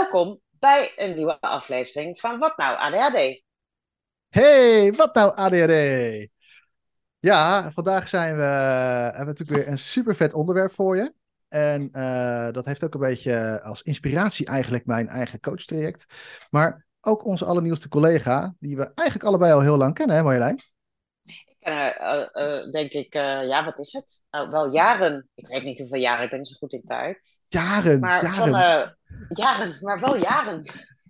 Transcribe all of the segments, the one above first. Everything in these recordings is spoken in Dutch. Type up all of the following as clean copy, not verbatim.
welkom bij een nieuwe aflevering van Wat Nou ADHD. Hey, wat nou ADHD? Ja, vandaag hebben we natuurlijk weer een super vet onderwerp voor je. En dat heeft ook een beetje als inspiratie eigenlijk mijn eigen coachtraject. Maar ook onze allernieuwste collega, die we eigenlijk allebei al heel lang kennen, hè Marjolein? Ik ken denk ik, ja, wat is het? Nou, wel jaren. Ik weet niet hoeveel jaren, ik ben niet zo goed in tijd. Jaren, Maar van jaren. jaren, maar wel jaren.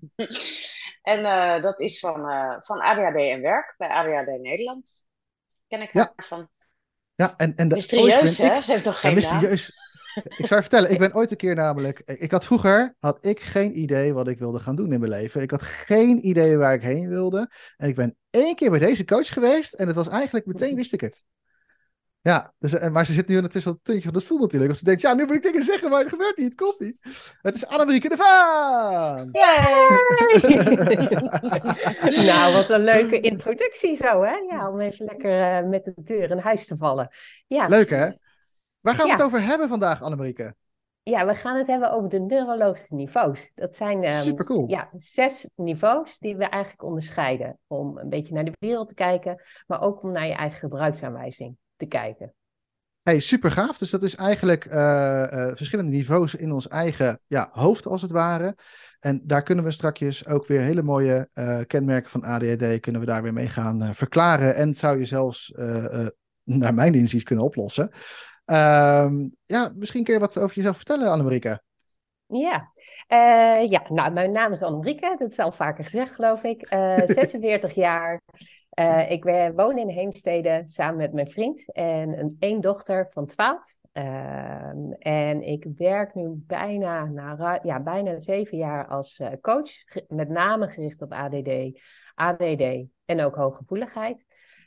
En dat is van ADHD en werk bij ADHD Nederland. Ken ik haar Ja, van. ja. En ooit Mysterieus, ben hè? ik, Ze heeft toch ja, geen naam? mysterieus. Ik zou je vertellen, ik ben ooit een keer namelijk. Had ik geen idee wat ik wilde gaan doen in mijn leven. Ik had geen idee waar ik heen wilde. En ik ben één keer bij deze coach geweest. En het was eigenlijk meteen wist ik het. Ja, dus, maar ze zit nu ondertussen op het puntje van de stoel natuurlijk. Want ze denkt, ja, nu moet ik dingen zeggen, maar het gebeurt niet, het komt niet. Het is Annemieke de Vaan! Yay! Nou, wat een leuke introductie zo, hè? Ja, om even lekker met de deur in huis te vallen. Ja, Leuk hè? Waar gaan we het ja, over hebben vandaag, Annemieke? ja, we gaan het hebben over de neurologische niveaus. Dat zijn Super cool. ja, 6 niveaus die we eigenlijk onderscheiden. Om een beetje naar de wereld te kijken, maar ook om naar je eigen gebruiksaanwijzing te kijken. Hey, super gaaf. Dus dat is eigenlijk verschillende niveaus in ons eigen ja, hoofd, als het ware. En daar kunnen we strakjes ook weer hele mooie kenmerken van ADHD kunnen we daar weer mee gaan verklaren. En zou je zelfs, naar mijn inziens, kunnen oplossen. Ja, misschien kun je wat over jezelf vertellen, Annemieke. Ja, ja, nou, mijn naam is Annemieke, dat is al vaker gezegd, geloof ik. 46 jaar. Woon in Heemstede samen met mijn vriend en één dochter van 12. En ik werk nu bijna 7 jaar als coach, met name gericht op ADD en ook hooggevoeligheid.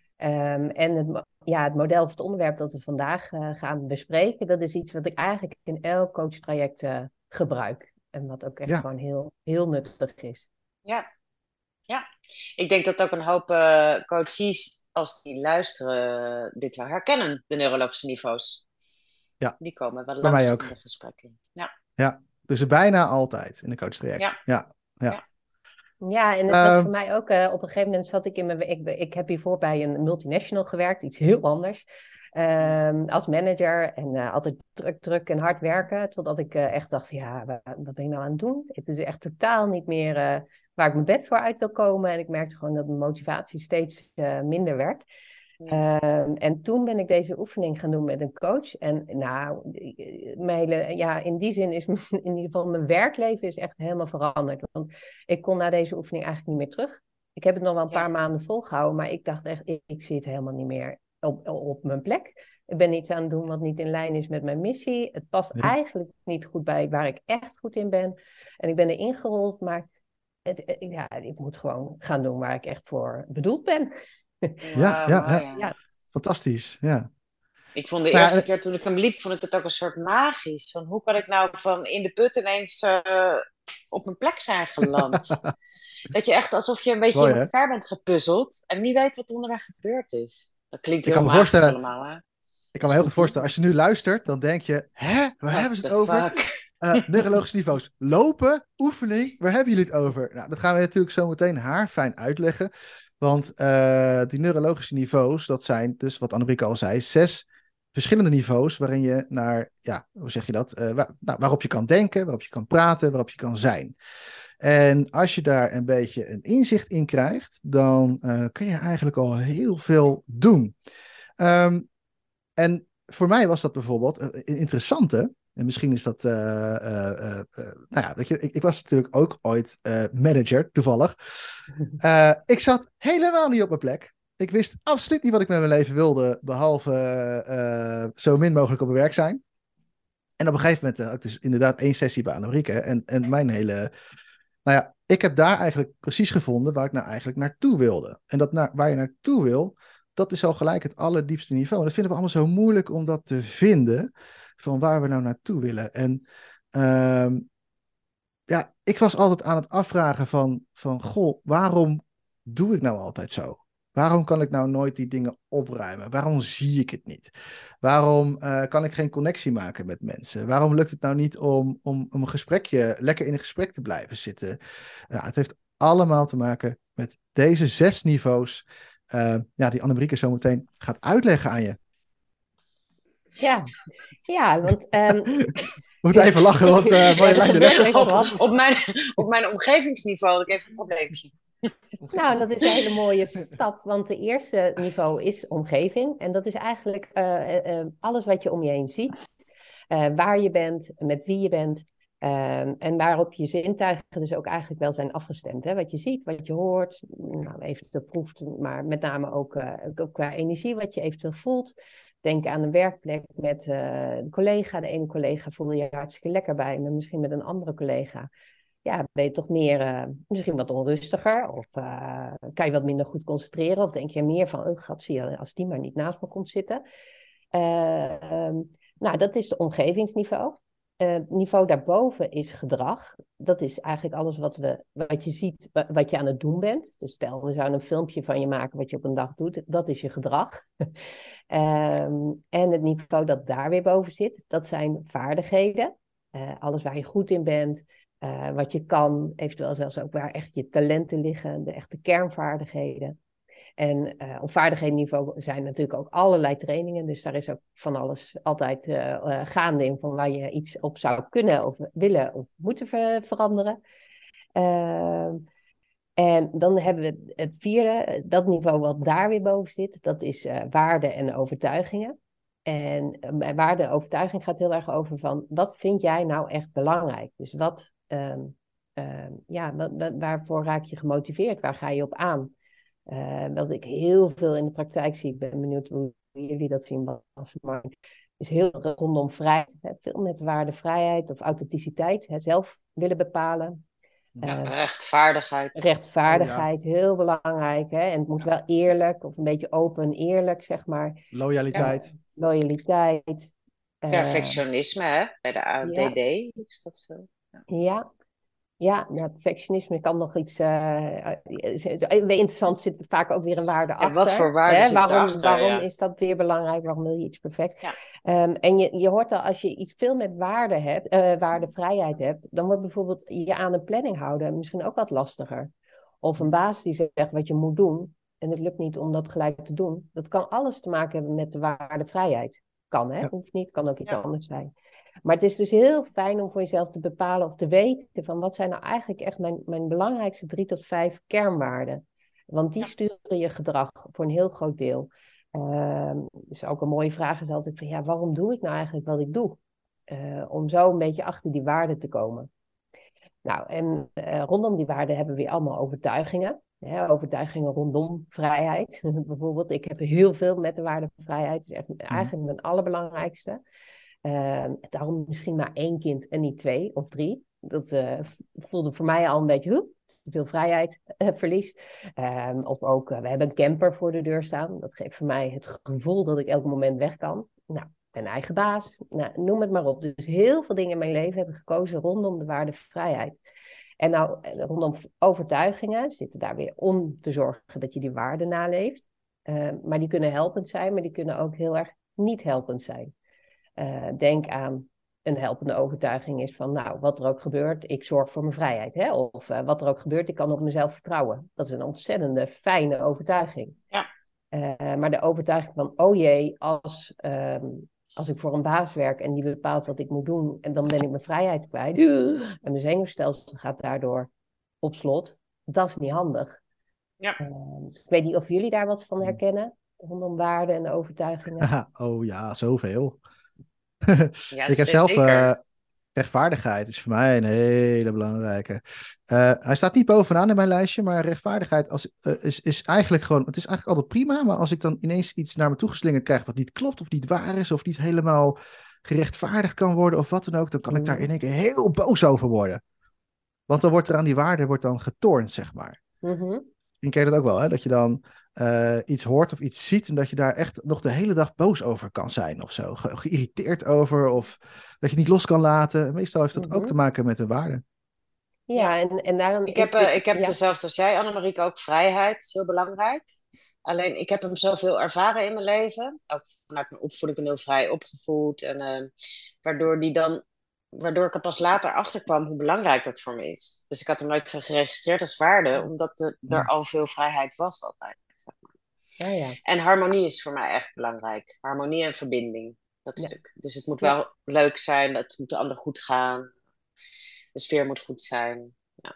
En het model of het onderwerp dat we vandaag gaan bespreken, dat is iets wat ik eigenlijk in elk coachtraject gebruik. En wat ook echt Ja, gewoon heel, heel nuttig is. Ja, ja. Ik denk dat ook een hoop coaches, als die luisteren, dit wel herkennen, de neurologische niveaus. ja, Die komen wel bij mij langs in ook. de gesprekken. Ja, Ja, dus bijna altijd in de coachtraject. ja, Ja, ja. ja. Ja, en het was Ehm, voor mij ook, op een gegeven moment zat ik in mijn, ik heb hiervoor bij een multinational gewerkt, iets heel anders, als manager en altijd druk, druk en hard werken, totdat ik echt dacht, ja, wat ben ik nou aan het doen? Het is echt totaal niet meer waar ik mijn bed voor uit wil komen en ik merkte gewoon dat mijn motivatie steeds minder werd. Ja. En toen ben ik deze oefening gaan doen met een coach. En nou, ja, in die zin is in ieder geval mijn werkleven is echt helemaal veranderd. Want ik kon na deze oefening eigenlijk niet meer terug. Ik heb het nog wel een Ja. paar maanden volgehouden, maar ik dacht echt, ik zit helemaal niet meer op mijn plek. Ik ben iets aan het doen wat niet in lijn is met mijn missie. Het past ja, eigenlijk niet goed bij waar ik echt goed in ben. En ik ben erin gerold, maar ja, ik moet gewoon gaan doen waar ik echt voor bedoeld ben. ja, Wauw, ja, mooi, ja. ja. Ja, Fantastisch. Ja. Ik vond de Nou eerste ja, keer toen ik hem liep, vond ik het ook een soort magisch. Van hoe kan ik nou van in de put ineens op mijn plek zijn geland? Dat je echt alsof je een beetje mooi in hè? elkaar bent gepuzzeld en niet weet wat er onderweg gebeurd is. Dat klinkt Ik heel kan me magisch voorstellen, allemaal, hè? ik kan me heel goed Spooky. voorstellen, als je nu luistert, dan denk je, hè, waar hebben What ze the het over? fuck? Neurologische niveaus. Lopen, oefening, waar hebben jullie het over? Nou, dat gaan we natuurlijk zo meteen haar fijn uitleggen. Want die neurologische niveaus, dat zijn dus, wat Annemieke al zei, 6 verschillende niveaus waarin je naar, ja, hoe zeg je dat? Waarop je kan denken, waarop je kan praten, waarop je kan zijn. En als je daar een beetje een inzicht in krijgt, dan kun je eigenlijk al heel veel doen. Ehm, en voor mij was dat bijvoorbeeld een interessante. En misschien is dat. Nou ja, weet je, ik was natuurlijk ook ooit manager, toevallig. Ik zat helemaal niet op mijn plek. Ik wist absoluut niet wat ik met mijn leven wilde, behalve zo min mogelijk op mijn werk zijn. En op een gegeven moment had ik dus inderdaad één sessie bij Annemieke. En mijn hele. Nou ja, ik heb daar eigenlijk precies gevonden waar ik nou eigenlijk naartoe wilde. En waar je naartoe wil, dat is al gelijk het allerdiepste niveau. En dat vinden we allemaal zo moeilijk om dat te vinden, van waar we nou naartoe willen. En ehm, ik was altijd aan het afvragen van goh, waarom doe ik nou altijd zo? Waarom kan ik nou nooit die dingen opruimen? Waarom zie ik het niet? Waarom kan ik geen connectie maken met mensen? Waarom lukt het nou niet om een gesprekje, lekker in een gesprek te blijven zitten? Het heeft allemaal te maken met deze 6 niveaus, die Annemieke zo meteen gaat uitleggen aan je. Ja, want... We moeten even lachen, want Marjolein op mijn omgevingsniveau had ik even een probleempje. Nou, dat is een hele mooie stap, want de eerste niveau is omgeving. En dat is eigenlijk alles wat je om je heen ziet. Waar je bent, met wie je bent. En waarop je zintuigen dus ook eigenlijk wel zijn afgestemd. Hè? Wat je ziet, wat je hoort, nou, eventueel proeft, maar met name ook qua energie, wat je eventueel voelt. Denk aan een werkplek met een collega. De ene collega voel je hartstikke lekker bij, maar misschien met een andere collega. Ja, ben je toch meer, misschien wat onrustiger. Of kan je wat minder goed concentreren. Of denk je meer van, oh, gat, zie je, als die maar niet naast me komt zitten. Nou, dat is de omgevingsniveau. Het niveau daarboven is gedrag. Dat is eigenlijk alles wat je ziet, wat je aan het doen bent. Dus stel, we zouden een filmpje van je maken wat je op een dag doet. Dat is je gedrag. En het niveau dat daar weer boven zit, dat zijn vaardigheden. Alles waar je goed in bent. Wat je kan, eventueel zelfs ook waar echt je talenten liggen. De echte kernvaardigheden. En op vaardigheidsniveau zijn natuurlijk ook allerlei trainingen. Dus daar is ook van alles altijd gaande in van waar je iets op zou kunnen of willen of moeten veranderen. En dan hebben we het vierde, dat niveau wat daar weer boven zit. Dat is waarden en overtuigingen. En waarde en overtuiging gaat heel erg over van wat vind jij nou echt belangrijk? Dus waarvoor raak je gemotiveerd? Waar ga je op aan? Wat ik heel veel in de praktijk zie, ik ben benieuwd hoe jullie dat zien, maar is heel rondom vrijheid. Hè? Veel met waarde vrijheid of authenticiteit, hè? Zelf willen bepalen. Rechtvaardigheid. Rechtvaardigheid, heel belangrijk. Hè? En het moet wel eerlijk of een beetje open eerlijk, zeg maar. Loyaliteit. Loyaliteit. Perfectionisme, hè? Bij de ADD is dat veel. Ja, perfectionisme kan nog iets... interessant zit vaak ook weer een waarde achter. Wat voor waarde zit erachter? Waarom is dat weer belangrijk? Waarom wil je iets perfect? Ja. En je hoort al, als je iets veel met waarde hebt, waardevrijheid hebt, dan wordt bijvoorbeeld je aan een planning houden misschien ook wat lastiger. Of een baas die zegt wat je moet doen, en het lukt niet om dat gelijk te doen. Dat kan alles te maken hebben met de waardevrijheid. Kan, hè? Hoeft niet, kan ook iets anders zijn. Maar het is dus heel fijn om voor jezelf te bepalen of te weten van wat zijn nou eigenlijk echt mijn belangrijkste 3 tot 5 kernwaarden. Want die sturen je gedrag voor een heel groot deel. Dus ook een mooie vraag is altijd van waarom doe ik nou eigenlijk wat ik doe? Om zo een beetje achter die waarden te komen. Nou, en rondom die waarden hebben we weer allemaal overtuigingen. Overtuigingen rondom vrijheid. Bijvoorbeeld, ik heb heel veel met de waarde van vrijheid. Het is eigenlijk mijn allerbelangrijkste. Daarom misschien maar 1 kind en niet 2 of 3. Dat voelde voor mij al een beetje veel vrijheid, verlies. Of ook, we hebben een camper voor de deur staan. Dat geeft voor mij het gevoel dat ik elk moment weg kan. Nou, ik ben eigen baas. Nou, noem het maar op. Dus heel veel dingen in mijn leven heb ik gekozen rondom de waarde van vrijheid. En nou, rondom overtuigingen zitten daar weer om te zorgen dat je die waarden naleeft. Maar die kunnen helpend zijn, maar die kunnen ook heel erg niet helpend zijn. Denk aan een helpende overtuiging is van, nou, wat er ook gebeurt, ik zorg voor mijn vrijheid. Hè? Of wat er ook gebeurt, ik kan op mezelf vertrouwen. Dat is een ontzettende fijne overtuiging. Ja. Maar de overtuiging van, oh jee, als ik voor een baas werk en die bepaalt wat ik moet doen en dan ben ik mijn vrijheid kwijt en mijn zenuwstelsel gaat daardoor op slot, dat is niet handig. Ja. Dus ik weet niet of jullie daar wat van herkennen, rondom waarden en overtuigingen. Oh ja, zoveel. Ja, ik heb zelf rechtvaardigheid is voor mij een hele belangrijke. Hij staat niet bovenaan in mijn lijstje, maar rechtvaardigheid is eigenlijk gewoon, het is eigenlijk altijd prima, maar als ik dan ineens iets naar me toe geslingerd krijg wat niet klopt of niet waar is of niet helemaal gerechtvaardigd kan worden of wat dan ook, dan kan ik daar in één keer heel boos over worden. Want dan wordt er aan die waarde getornd, zeg maar. Mm-hmm. Misschien ken je dat ook wel, hè? Dat je dan iets hoort of iets ziet en dat je daar echt nog de hele dag boos over kan zijn of zo. Geïrriteerd over of dat je het niet los kan laten. Meestal heeft dat ook te maken met een waarde. Ja, en daarom... Ik heb dezelfde als jij, Annemarieke, ook vrijheid. Dat is heel belangrijk. Alleen ik heb hem zoveel ervaren in mijn leven. Ook vanuit mijn opvoeding, ik ben heel vrij opgevoed. En, waardoor, waardoor ik er pas later achter kwam hoe belangrijk dat voor me is. Dus ik had hem nooit zo geregistreerd als waarde, omdat er al veel vrijheid was altijd. Zeg maar. Oh, ja. En harmonie is voor mij echt belangrijk. Harmonie en verbinding, dat Ja. stuk. Dus het moet wel leuk zijn, het moet de ander goed gaan. De sfeer moet goed zijn. Ja.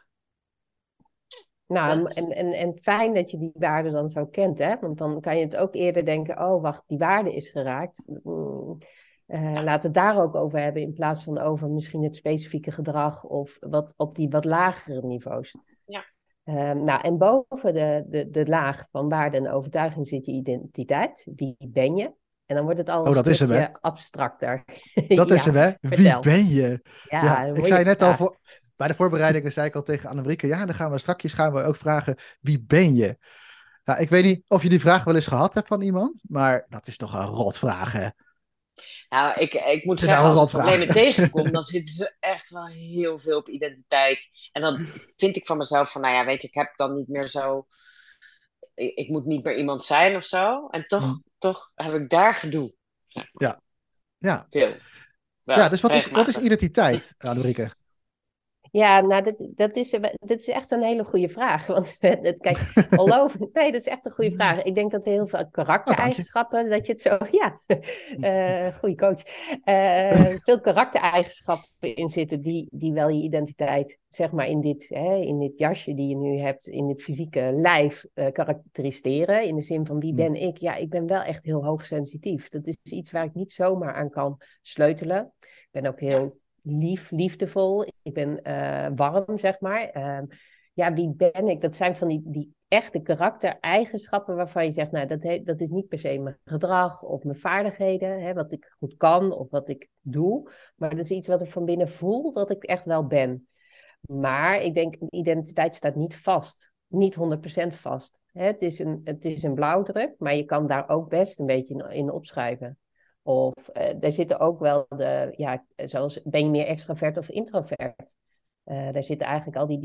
Nou, en fijn dat je die waarde dan zo kent, hè? Want dan kan je het ook eerder denken, oh wacht, die waarde is geraakt. Laat het daar ook over hebben in plaats van over misschien het specifieke gedrag of wat op die wat lagere niveaus. Ja. Nou, en boven de laag van waarde en overtuiging zit je identiteit, die ben je. En dan wordt het al een stukje abstracter. Dat is hem, hè? Wie ben je? Ja, ik zei net al, bij de voorbereidingen zei ik al tegen Annemarieke, ja, dan gaan we straks ook vragen, wie ben je? Nou, ik weet niet of je die vraag wel eens gehad hebt van iemand, maar dat is toch een rotvraag, hè? Nou, ik moet zeggen, als ik problemen tegenkom, dan zitten ze echt wel heel veel op identiteit. En dan vind ik van mezelf van, nou ja, weet je, ik heb dan niet meer zo... Ik moet niet meer iemand zijn of zo. En toch heb ik daar gedoe. Zeg maar. Ja. Veel. Ja, dus wat is identiteit, Annemarieke? Ja, nou, dat is echt een hele goede vraag. Want kijk, nee, dat is echt een goede vraag. Ik denk dat er heel veel karaktereigenschappen, dat je het zo, goede coach. Veel karaktereigenschappen in zitten die wel je identiteit, zeg maar, in dit jasje die je nu hebt, in dit fysieke lijf, karakteriseren. In de zin van wie ben ik? Ja, ik ben wel echt heel hoogsensitief. Dat is iets waar ik niet zomaar aan kan sleutelen. Ik ben ook heel liefdevol. Ik ben warm, zeg maar. Wie ben ik? Dat zijn van die echte karaktereigenschappen waarvan je zegt, nou, dat is niet per se mijn gedrag of mijn vaardigheden, hè, wat ik goed kan of wat ik doe. Maar dat is iets wat ik van binnen voel dat ik echt wel ben. Maar ik denk, identiteit staat niet vast. Niet 100% vast. Het is een blauwdruk, maar je kan daar ook best een beetje in opschrijven. Of daar zitten ook wel zoals ben je meer extravert of introvert? Daar zitten eigenlijk al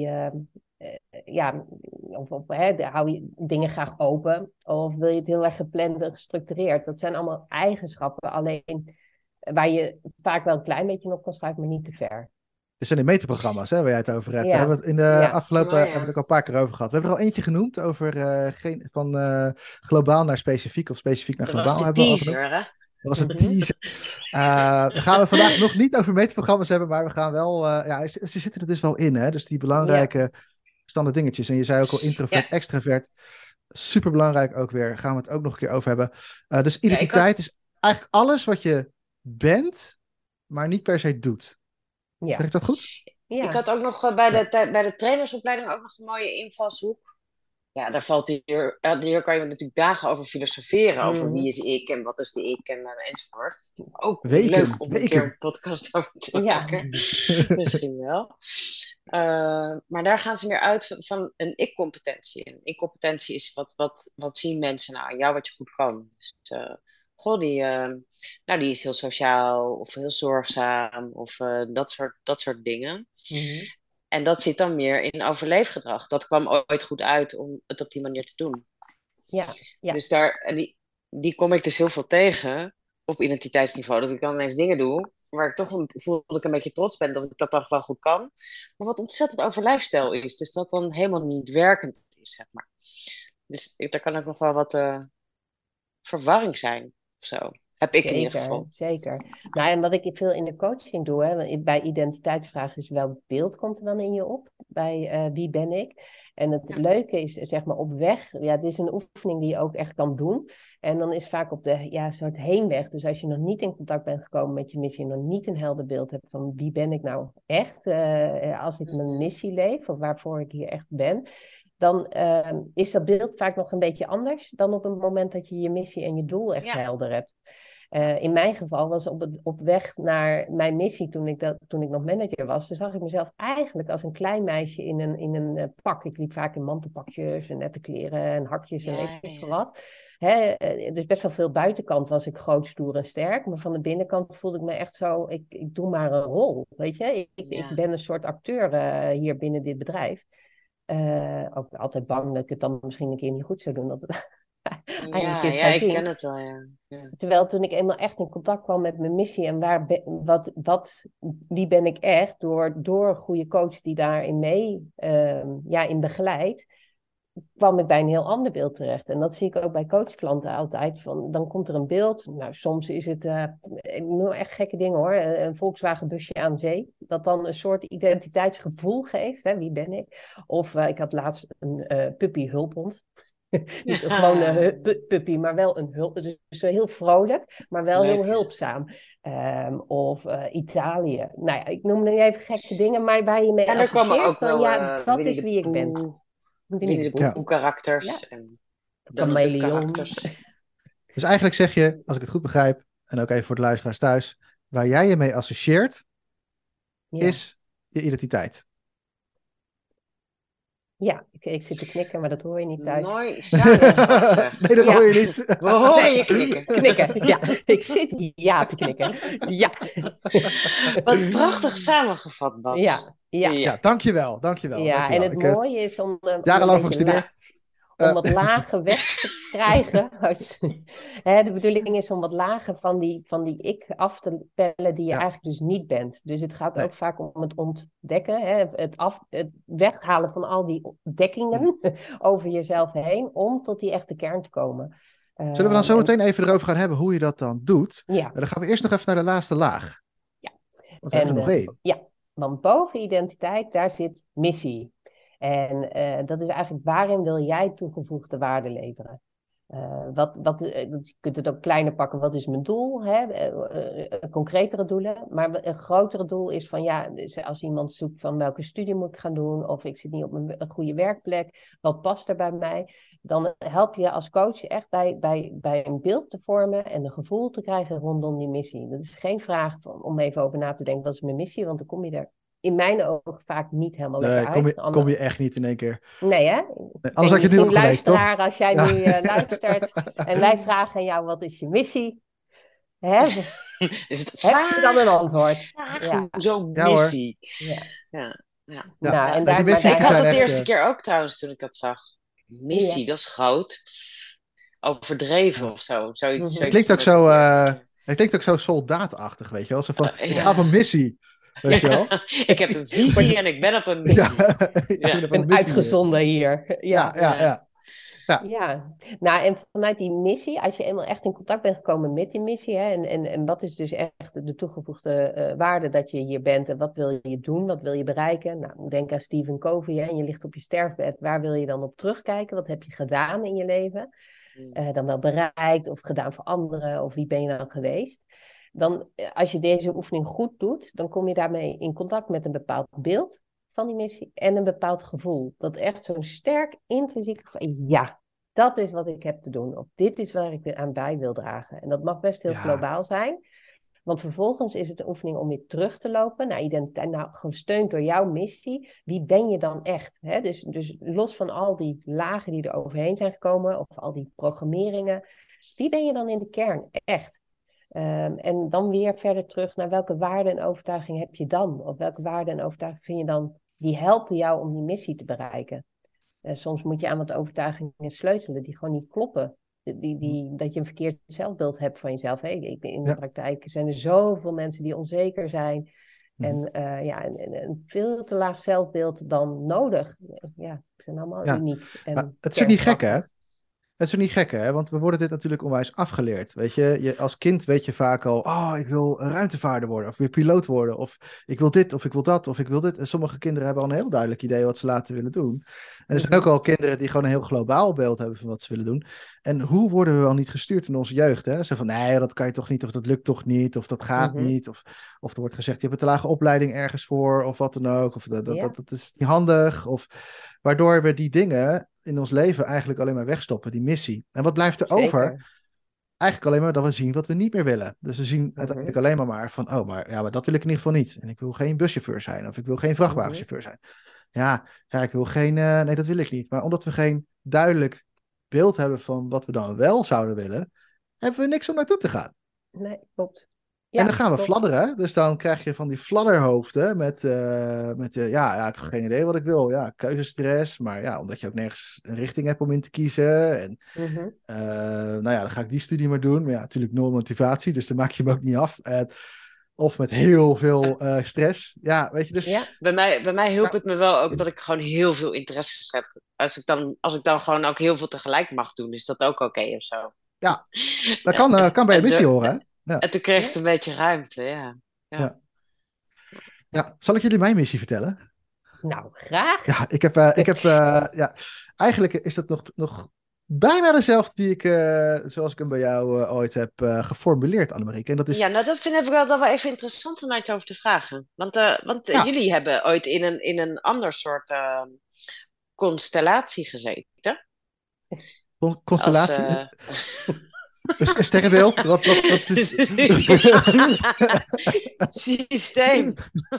hou je dingen graag open? Of wil je het heel erg gepland en gestructureerd? Dat zijn allemaal eigenschappen, alleen waar je vaak wel een klein beetje op kan schrijven, maar niet te ver. Dit zijn de meterprogramma's, hè, waar jij het over hebt. Ja. In de afgelopen hebben we het ook al een paar keer over gehad. We hebben er al eentje genoemd over van globaal naar specifiek of specifiek naar globaal. Dat was de teaser, hè? Dat was een teaser. Dan gaan we vandaag nog niet over meterprogramma's hebben, maar we gaan wel... ze zitten er dus wel in, hè? Dus die belangrijke standaard dingetjes. En je zei ook al introvert, extravert. Superbelangrijk ook weer. Gaan we het ook nog een keer over hebben. Dus identiteit is eigenlijk alles wat je bent, maar niet per se doet. Ja. Zeg ik dat goed? Ja. Ik had ook nog bij de trainersopleiding ook nog een mooie invalshoek. Ja, daar hier kan je natuurlijk dagen over filosoferen. Over wie is ik en wat is de ik enzovoort. Ook leuk om een keer een podcast over te maken. Misschien wel. Maar daar gaan ze meer uit van een ik-competentie. Een ik-competentie is wat zien mensen nou aan jou wat je goed kan. Dus die is heel sociaal of heel zorgzaam of dat soort dingen. Mm-hmm. En dat zit dan meer in overleefgedrag. Dat kwam ooit goed uit om het op die manier te doen. Ja. Dus die kom ik dus heel veel tegen op identiteitsniveau. Dat ik dan ineens dingen doe waar ik toch voel dat ik een beetje trots ben dat ik dat dan wel goed kan. Maar wat ontzettend overlijfstijl is. Dus dat dan helemaal niet werkend is, zeg maar. Dus daar kan ook nog wel wat verwarring zijn of zo. Heb ik in ieder geval. Zeker. Nou, en wat ik veel in de coaching doe, hè, bij identiteitsvragen is welk beeld komt er dan in je op? Bij wie ben ik? En het leuke is, zeg maar, op weg. Ja, het is een oefening die je ook echt kan doen. En dan is vaak op de soort heenweg. Dus als je nog niet in contact bent gekomen met je missie en nog niet een helder beeld hebt van wie ben ik nou echt? Als ik mijn missie leef of waarvoor ik hier echt ben. Dan is dat beeld vaak nog een beetje anders dan op het moment dat je je missie en je doel echt helder hebt. In mijn geval was op weg naar mijn missie toen ik nog manager was. Dan zag ik mezelf eigenlijk als een klein meisje in een pak. Ik liep vaak in mantelpakjes en nette kleren en hakjes en weet ik veel wat. Dus best wel veel buitenkant was ik groot, stoer en sterk. Maar van de binnenkant voelde ik me echt zo, ik doe maar een rol. Weet je? Ik ben een soort acteur hier binnen dit bedrijf. Ook altijd bang dat ik het dan misschien een keer niet goed zou doen. Dat het eindelijk Ja, eens ja, zou ik zien. ken het wel, ja. Ja. Terwijl toen ik eenmaal echt in contact kwam met mijn missie en wie ben ik echt, door een goede coach die daarin in begeleidt, kwam ik bij een heel ander beeld terecht. En dat zie ik ook bij coachklanten altijd. Dan komt er een beeld. Nou, soms is het echt gekke dingen hoor. Een Volkswagen busje aan zee. Dat dan een soort identiteitsgevoel geeft. Hè? Wie ben ik? Of ik had laatst een puppy hulphond. Niet een gewone puppy, maar wel een hulp. Dus heel vrolijk, maar wel Leuk, heel ja. hulpzaam. Of Italië. Nou ja, ik noem nu even gekke dingen, maar waar je mee En er komen associeert ook van wel ja, dat Winnie is de wie ik ben. Pooh, Winnie de Ja. Pooh. karakters Ja. en Donald Duck Chameleon. karakters. Dus eigenlijk zeg je, als ik het goed begrijp, en ook even voor de luisteraars thuis, waar jij je mee associeert, Ja, is je identiteit. ja. Ik zit te knikken, maar dat hoor je niet thuis. Mooi samengevat, zeg. Nee, dat Ja. hoor je niet. We horen Nee, je knikken. Knikken, ja. Ik zit ja te knikken. Ja. Wat prachtig samengevat, Bas. Ja, ja. Ja, dankjewel. Dankjewel. Ja, en Dankjewel. het Ik heb mooie is om een jarenlang voor beetje gestudeerd. om wat lagen weg te krijgen. De bedoeling is om wat lagen van die ik af te pellen die je Ja. eigenlijk dus niet bent. Dus het gaat Nee. ook vaak om het ontdekken, het weghalen van al die dekkingen over jezelf heen, om tot die echte kern te komen. Zullen we dan zo meteen even erover gaan hebben hoe je dat dan doet? Ja. En dan gaan we eerst nog even naar de laatste laag. Ja. Want we hebben er nog één. Ja, want boven identiteit, daar zit missie. En dat is eigenlijk waarin wil jij toegevoegde waarde leveren? Je kunt het ook kleiner pakken. Wat is mijn doel? Concretere doelen. Maar een grotere doel is van ja, dus als iemand zoekt van welke studie moet ik gaan doen, of ik zit niet op een goede werkplek, wat past er bij mij? Dan help je als coach echt bij een beeld te vormen en een gevoel te krijgen rondom die missie. Dat is geen vraag om even over na te denken, wat is mijn missie? Want dan kom je er in mijn ogen vaak niet helemaal lekker uit. Kom je echt niet in één keer. Nee, hè? Nee, anders had je het nu opgelezen, toch? Luisteraar, als jij nu luistert en wij vragen aan jou, wat is je missie? Is het Heb je dan een antwoord? Ja. Zo'n Ja, hoor. missie. Ja. Ja. Ja. Nou, en die daar, missies maar Ik die had zijn het de echt, eerste keer ook trouwens toen ik dat zag. Missie, dat is groot. Overdreven of zo. Zoiets, Het klinkt ook zo, het klinkt ook zo soldaatachtig, weet je wel. Zo van, ik ga op een missie, weet je wel. Ik heb een visie en ik ben op een missie. Ik ben uitgezonden hier. Ja. Ja, nou en vanuit die missie, als je eenmaal echt in contact bent gekomen met die missie, en wat is dus echt de toegevoegde waarde dat je hier bent en wat wil je doen, wat wil je bereiken? Nou, denk aan Stephen Covey en je ligt op je sterfbed, waar wil je dan op terugkijken? Wat heb je gedaan in je leven? Dan wel bereikt of gedaan voor anderen of wie ben je dan geweest? Dan, als je deze oefening goed doet, dan kom je daarmee in contact met een bepaald beeld van die missie en een bepaald gevoel. Dat echt zo'n sterk, intrinsiek gevoel, ja, dat is wat ik heb te doen. Of dit is waar ik aan bij wil dragen. En dat mag best heel globaal zijn. Want vervolgens is het een oefening om weer terug te lopen naar identiteit. Nou, gesteund door jouw missie. Wie ben je dan echt? Hè? Dus los van al die lagen die er overheen zijn gekomen, of al die programmeringen. Wie ben je dan in de kern echt? En dan weer verder terug naar welke waarden en overtuigingen heb je dan? Of welke waarden en overtuigingen vind je dan die helpen jou om die missie te bereiken? Soms moet je aan wat overtuigingen sleutelen die gewoon niet kloppen. Dat je een verkeerd zelfbeeld hebt van jezelf. In de praktijk zijn er zoveel mensen die onzeker zijn. En een veel te laag zelfbeeld dan nodig. Ja, ze zijn allemaal uniek. En het is ook niet gek, hè? Het is ook niet gek, hè? Want we worden dit natuurlijk onwijs afgeleerd. Weet je, als kind weet je vaak al, ik wil een ruimtevaarder worden, of weer piloot worden, of ik wil dit, of ik wil dat, of ik wil dit. En sommige kinderen hebben al een heel duidelijk idee wat ze later willen doen. En er zijn ook al kinderen die gewoon een heel globaal beeld hebben van wat ze willen doen. En hoe worden we al niet gestuurd in onze jeugd, hè? Zo van, nee, dat kan je toch niet, of dat lukt toch niet, of dat gaat niet. Of er wordt gezegd, je hebt een te lage opleiding ergens voor, of wat dan ook. Of dat is niet handig. Of waardoor we die dingen in ons leven eigenlijk alleen maar wegstoppen, die missie. En wat blijft er over? Eigenlijk alleen maar dat we zien wat we niet meer willen. Dus we zien uiteindelijk alleen maar van, maar dat wil ik in ieder geval niet. En ik wil geen buschauffeur zijn, of ik wil geen vrachtwagenchauffeur zijn. Ja, ik wil geen, nee, dat wil ik niet. Maar omdat we geen duidelijk beeld hebben van wat we dan wel zouden willen, hebben we niks om naartoe te gaan. Nee, klopt. En dan gaan we klopt. fladderen. Dus dan krijg je van die fladderhoofden ja, ik heb geen idee wat ik wil. Ja, keuzestress. Maar ja, omdat je ook nergens een richting hebt om in te kiezen. En Mhm. nou ja, dan ga ik die studie maar doen. Maar ja, natuurlijk nul motivatie. Dus dan maak je hem ook niet af. Of met heel veel stress. Ja, weet je, dus Ja, Bij mij hielp ja, het me wel ook dat ik gewoon heel veel interesses heb. Als ik dan gewoon ook heel veel tegelijk mag doen, is dat ook oké of zo. ja, dat kan bij je En, missie horen, hè? Ja, en toen kreeg ja. het een beetje ruimte, ja. Ja. ja. Ja, zal ik jullie mijn missie vertellen? Nou, graag. Ja, ja, eigenlijk is dat nog bijna dezelfde die zoals ik hem bij jou ooit heb geformuleerd, Annemarie. En dat is, Ja, nou dat vind ik wel even interessant om mij over te vragen. Want ja, jullie hebben ooit in een ander soort constellatie gezeten. Als, constellatie, een sterrenbeeld, wat is... systeem.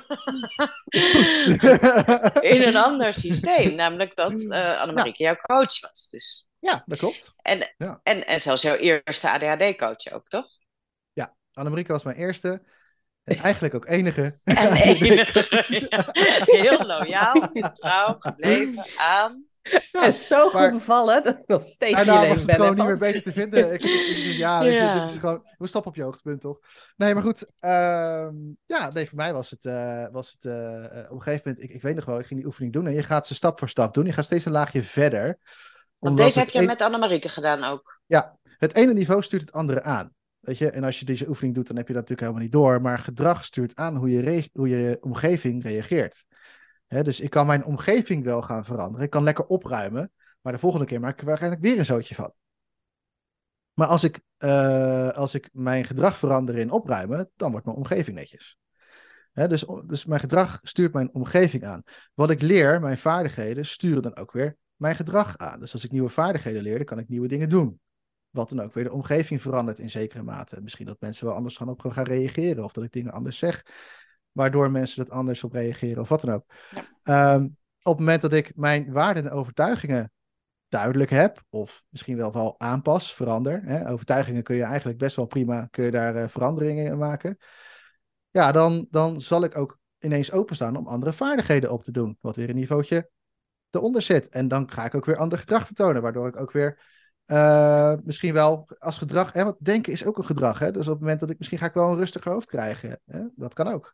In een ander systeem, namelijk dat Ja, Annemarieke jouw coach was. Dus. ja, dat klopt. En, Ja, en zelfs jouw eerste ADHD-coach ook, toch? ja. Annemarie was mijn eerste en eigenlijk ook enige En ADHD-coach. ja, heel loyaal, trouw, gebleven aan. En Ja, zo goed maar bevallen dat ik nog steeds niet daarna was alleen het ben. gewoon Hè, niet meer Bas? beter te vinden. Ja, weet je, dit is Ja. gewoon... We stappen op je hoogtepunt, toch? Nee, maar goed. Ja, nee, voor mij was het op een gegeven moment... Ik weet nog wel, ik ging die oefening doen. En je gaat ze stap voor stap doen. Je gaat steeds een laagje verder. Want Omdat deze heb je met Annemarieke gedaan ook. ja, het ene niveau stuurt het andere aan. Weet je, en als je deze oefening doet, dan heb je dat natuurlijk helemaal niet door. Maar gedrag stuurt aan hoe je omgeving reageert. Hè, dus ik kan mijn omgeving wel gaan veranderen. Ik kan lekker opruimen. Maar de volgende keer maak ik er waarschijnlijk weer een zootje van. Maar als ik mijn gedrag verander in opruimen, dan wordt mijn omgeving netjes. Hè, dus mijn gedrag stuurt mijn omgeving aan. Wat ik leer, mijn vaardigheden, sturen dan ook weer mijn gedrag aan. Dus als ik nieuwe vaardigheden leer, dan kan ik nieuwe dingen doen. Wat dan ook weer de omgeving verandert in zekere mate. Misschien dat mensen wel anders gaan reageren. Of dat ik dingen anders zeg. Waardoor mensen er anders op reageren. Of wat dan ook. Ja. Op het moment dat ik mijn waarden en overtuigingen duidelijk heb. Of misschien wel aanpas, verander. Hè. Overtuigingen kun je eigenlijk best wel prima. Kun je daar veranderingen in maken. Ja, dan zal ik ook ineens openstaan om andere vaardigheden op te doen. Wat weer een niveautje eronder zit. En dan ga ik ook weer ander gedrag vertonen. Waardoor ik ook weer misschien wel als gedrag, hè, want denken is ook een gedrag. Hè? Dus op het moment dat misschien ga ik wel een rustiger hoofd krijgen. Hè? Dat kan ook.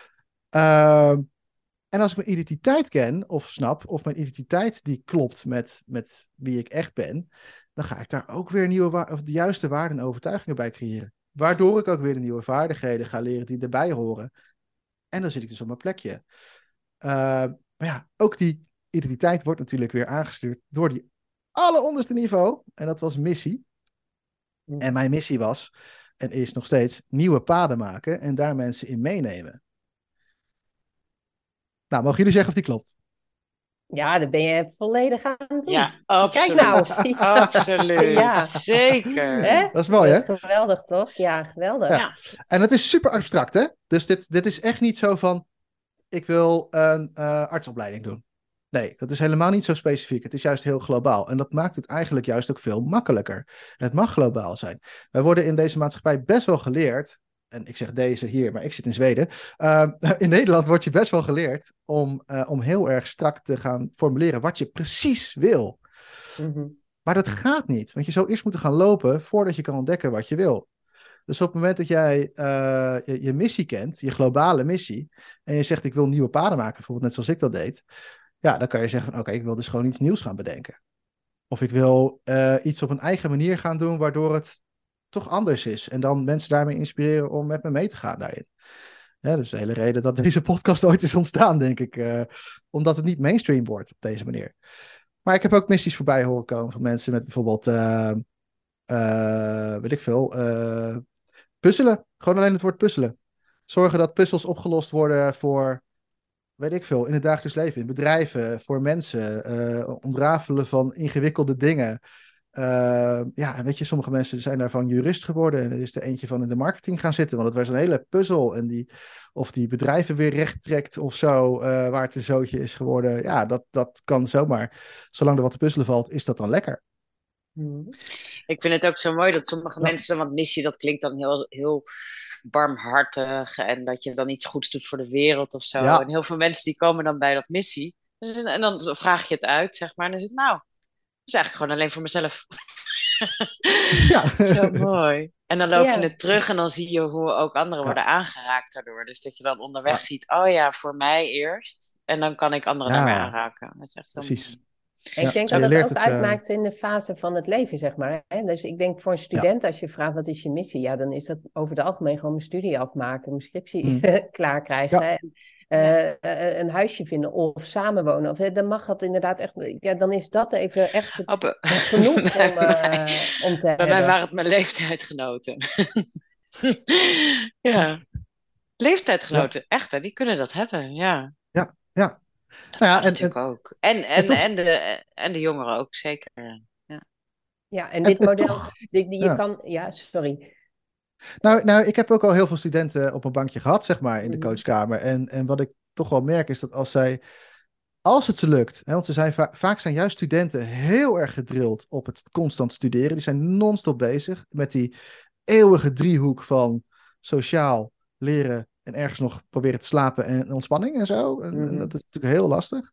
En als ik mijn identiteit ken of snap, of mijn identiteit die klopt met wie ik echt ben, dan ga ik daar ook weer de juiste waarden en overtuigingen bij creëren. Waardoor ik ook weer de nieuwe vaardigheden ga leren die erbij horen. En dan zit ik dus op mijn plekje. Maar ja, ook die identiteit wordt natuurlijk weer aangestuurd door die alleronderste niveau. En dat was missie. En mijn missie was, en is nog steeds, nieuwe paden maken en daar mensen in meenemen. Nou, mogen jullie zeggen of die klopt? Ja, daar ben je volledig aan het doen. Ja, Kijk nou. absoluut. Absoluut. Ja. Zeker. Hè? Dat is mooi, hè? Geweldig, toch? Ja, geweldig. Ja. Ja. En het is super abstract, hè? Dus dit is echt niet zo van, ik wil een artsopleiding doen. Nee, dat is helemaal niet zo specifiek. Het is juist heel globaal. En dat maakt het eigenlijk juist ook veel makkelijker. Het mag globaal zijn. Wij worden in deze maatschappij best wel geleerd. En ik zeg deze hier, maar ik zit in Zweden. In Nederland wordt je best wel geleerd om heel erg strak te gaan formuleren wat je precies wil. Mm-hmm. Maar dat gaat niet. Want je zou eerst moeten gaan lopen voordat je kan ontdekken wat je wil. Dus op het moment dat jij je missie kent, je globale missie, en je zegt ik wil nieuwe paden maken, bijvoorbeeld net zoals ik dat deed, ja, dan kan je zeggen van oké, ik wil dus gewoon iets nieuws gaan bedenken. Of ik wil iets op een eigen manier gaan doen, waardoor het toch anders is. En dan mensen daarmee inspireren om met me mee te gaan daarin. Ja, dat is de hele reden dat deze podcast ooit is ontstaan, denk ik. Omdat het niet mainstream wordt op deze manier. Maar ik heb ook missies voorbij horen komen van mensen met bijvoorbeeld, weet ik veel, puzzelen. Gewoon alleen het woord puzzelen. Zorgen dat puzzels opgelost worden voor, weet ik veel, in het dagelijks leven, in bedrijven, voor mensen. Ontrafelen van ingewikkelde dingen. Ja, en weet je, sommige mensen zijn daarvan jurist geworden. En er is er eentje van in de marketing gaan zitten. Want het was een hele puzzel. En of die bedrijven weer recht trekt of zo, waar het een zootje is geworden. Ja, dat kan zomaar. Zolang er wat te puzzelen valt, is dat dan lekker. Ik vind het ook zo mooi dat sommige mensen, want missie, dat klinkt dan heel barmhartig en dat je dan iets goeds doet voor de wereld of zo. En Ja, heel veel mensen die komen dan bij dat missie. En dan vraag je het uit, zeg maar. En dan is het nou, dat is eigenlijk gewoon alleen voor mezelf. ja. Zo mooi. En dan loop je Ja. het terug en dan zie je hoe ook anderen Ja, worden aangeraakt daardoor. Dus dat je dan onderweg ja, ziet, oh ja, voor mij eerst. En dan kan ik anderen daarmee ja, aanraken. Dat is echt heel precies. mooi. En ik Ja, denk en dat je dat leert ook het. uitmaakt in de fase van het leven, zeg maar. Hè? Dus ik denk voor een Ja. student, als je vraagt wat is je missie, ja, dan is dat over het algemeen gewoon mijn studie afmaken, mijn scriptie Mm. klaar Ja, krijgen. En, Ja. een huisje vinden of samenwonen. Of, dan mag dat inderdaad echt, ja, dan is dat even echt Oh, genoeg bij, om te bij mij hebben. waren het mijn leeftijdgenoten. Ja, ja, leeftijdgenoten, echt hè, die kunnen dat hebben. Ja, ja, ja. dat Nou ja, kan natuurlijk ook. en toch, En de jongeren ook, zeker. Ja. Ja, en dit en model, toch, je ja. kan, ja, sorry. Nou, ik heb ook al heel veel studenten op een bankje gehad, zeg maar, in de Mhm. coachkamer. En wat ik toch wel merk is dat als het ze lukt, hè, want ze zijn vaak zijn juist studenten heel erg gedrild op het constant studeren. Die zijn non-stop bezig met die eeuwige driehoek van sociaal, leren en ergens nog proberen te slapen en ontspanning en zo. En Mhm. dat is natuurlijk heel lastig.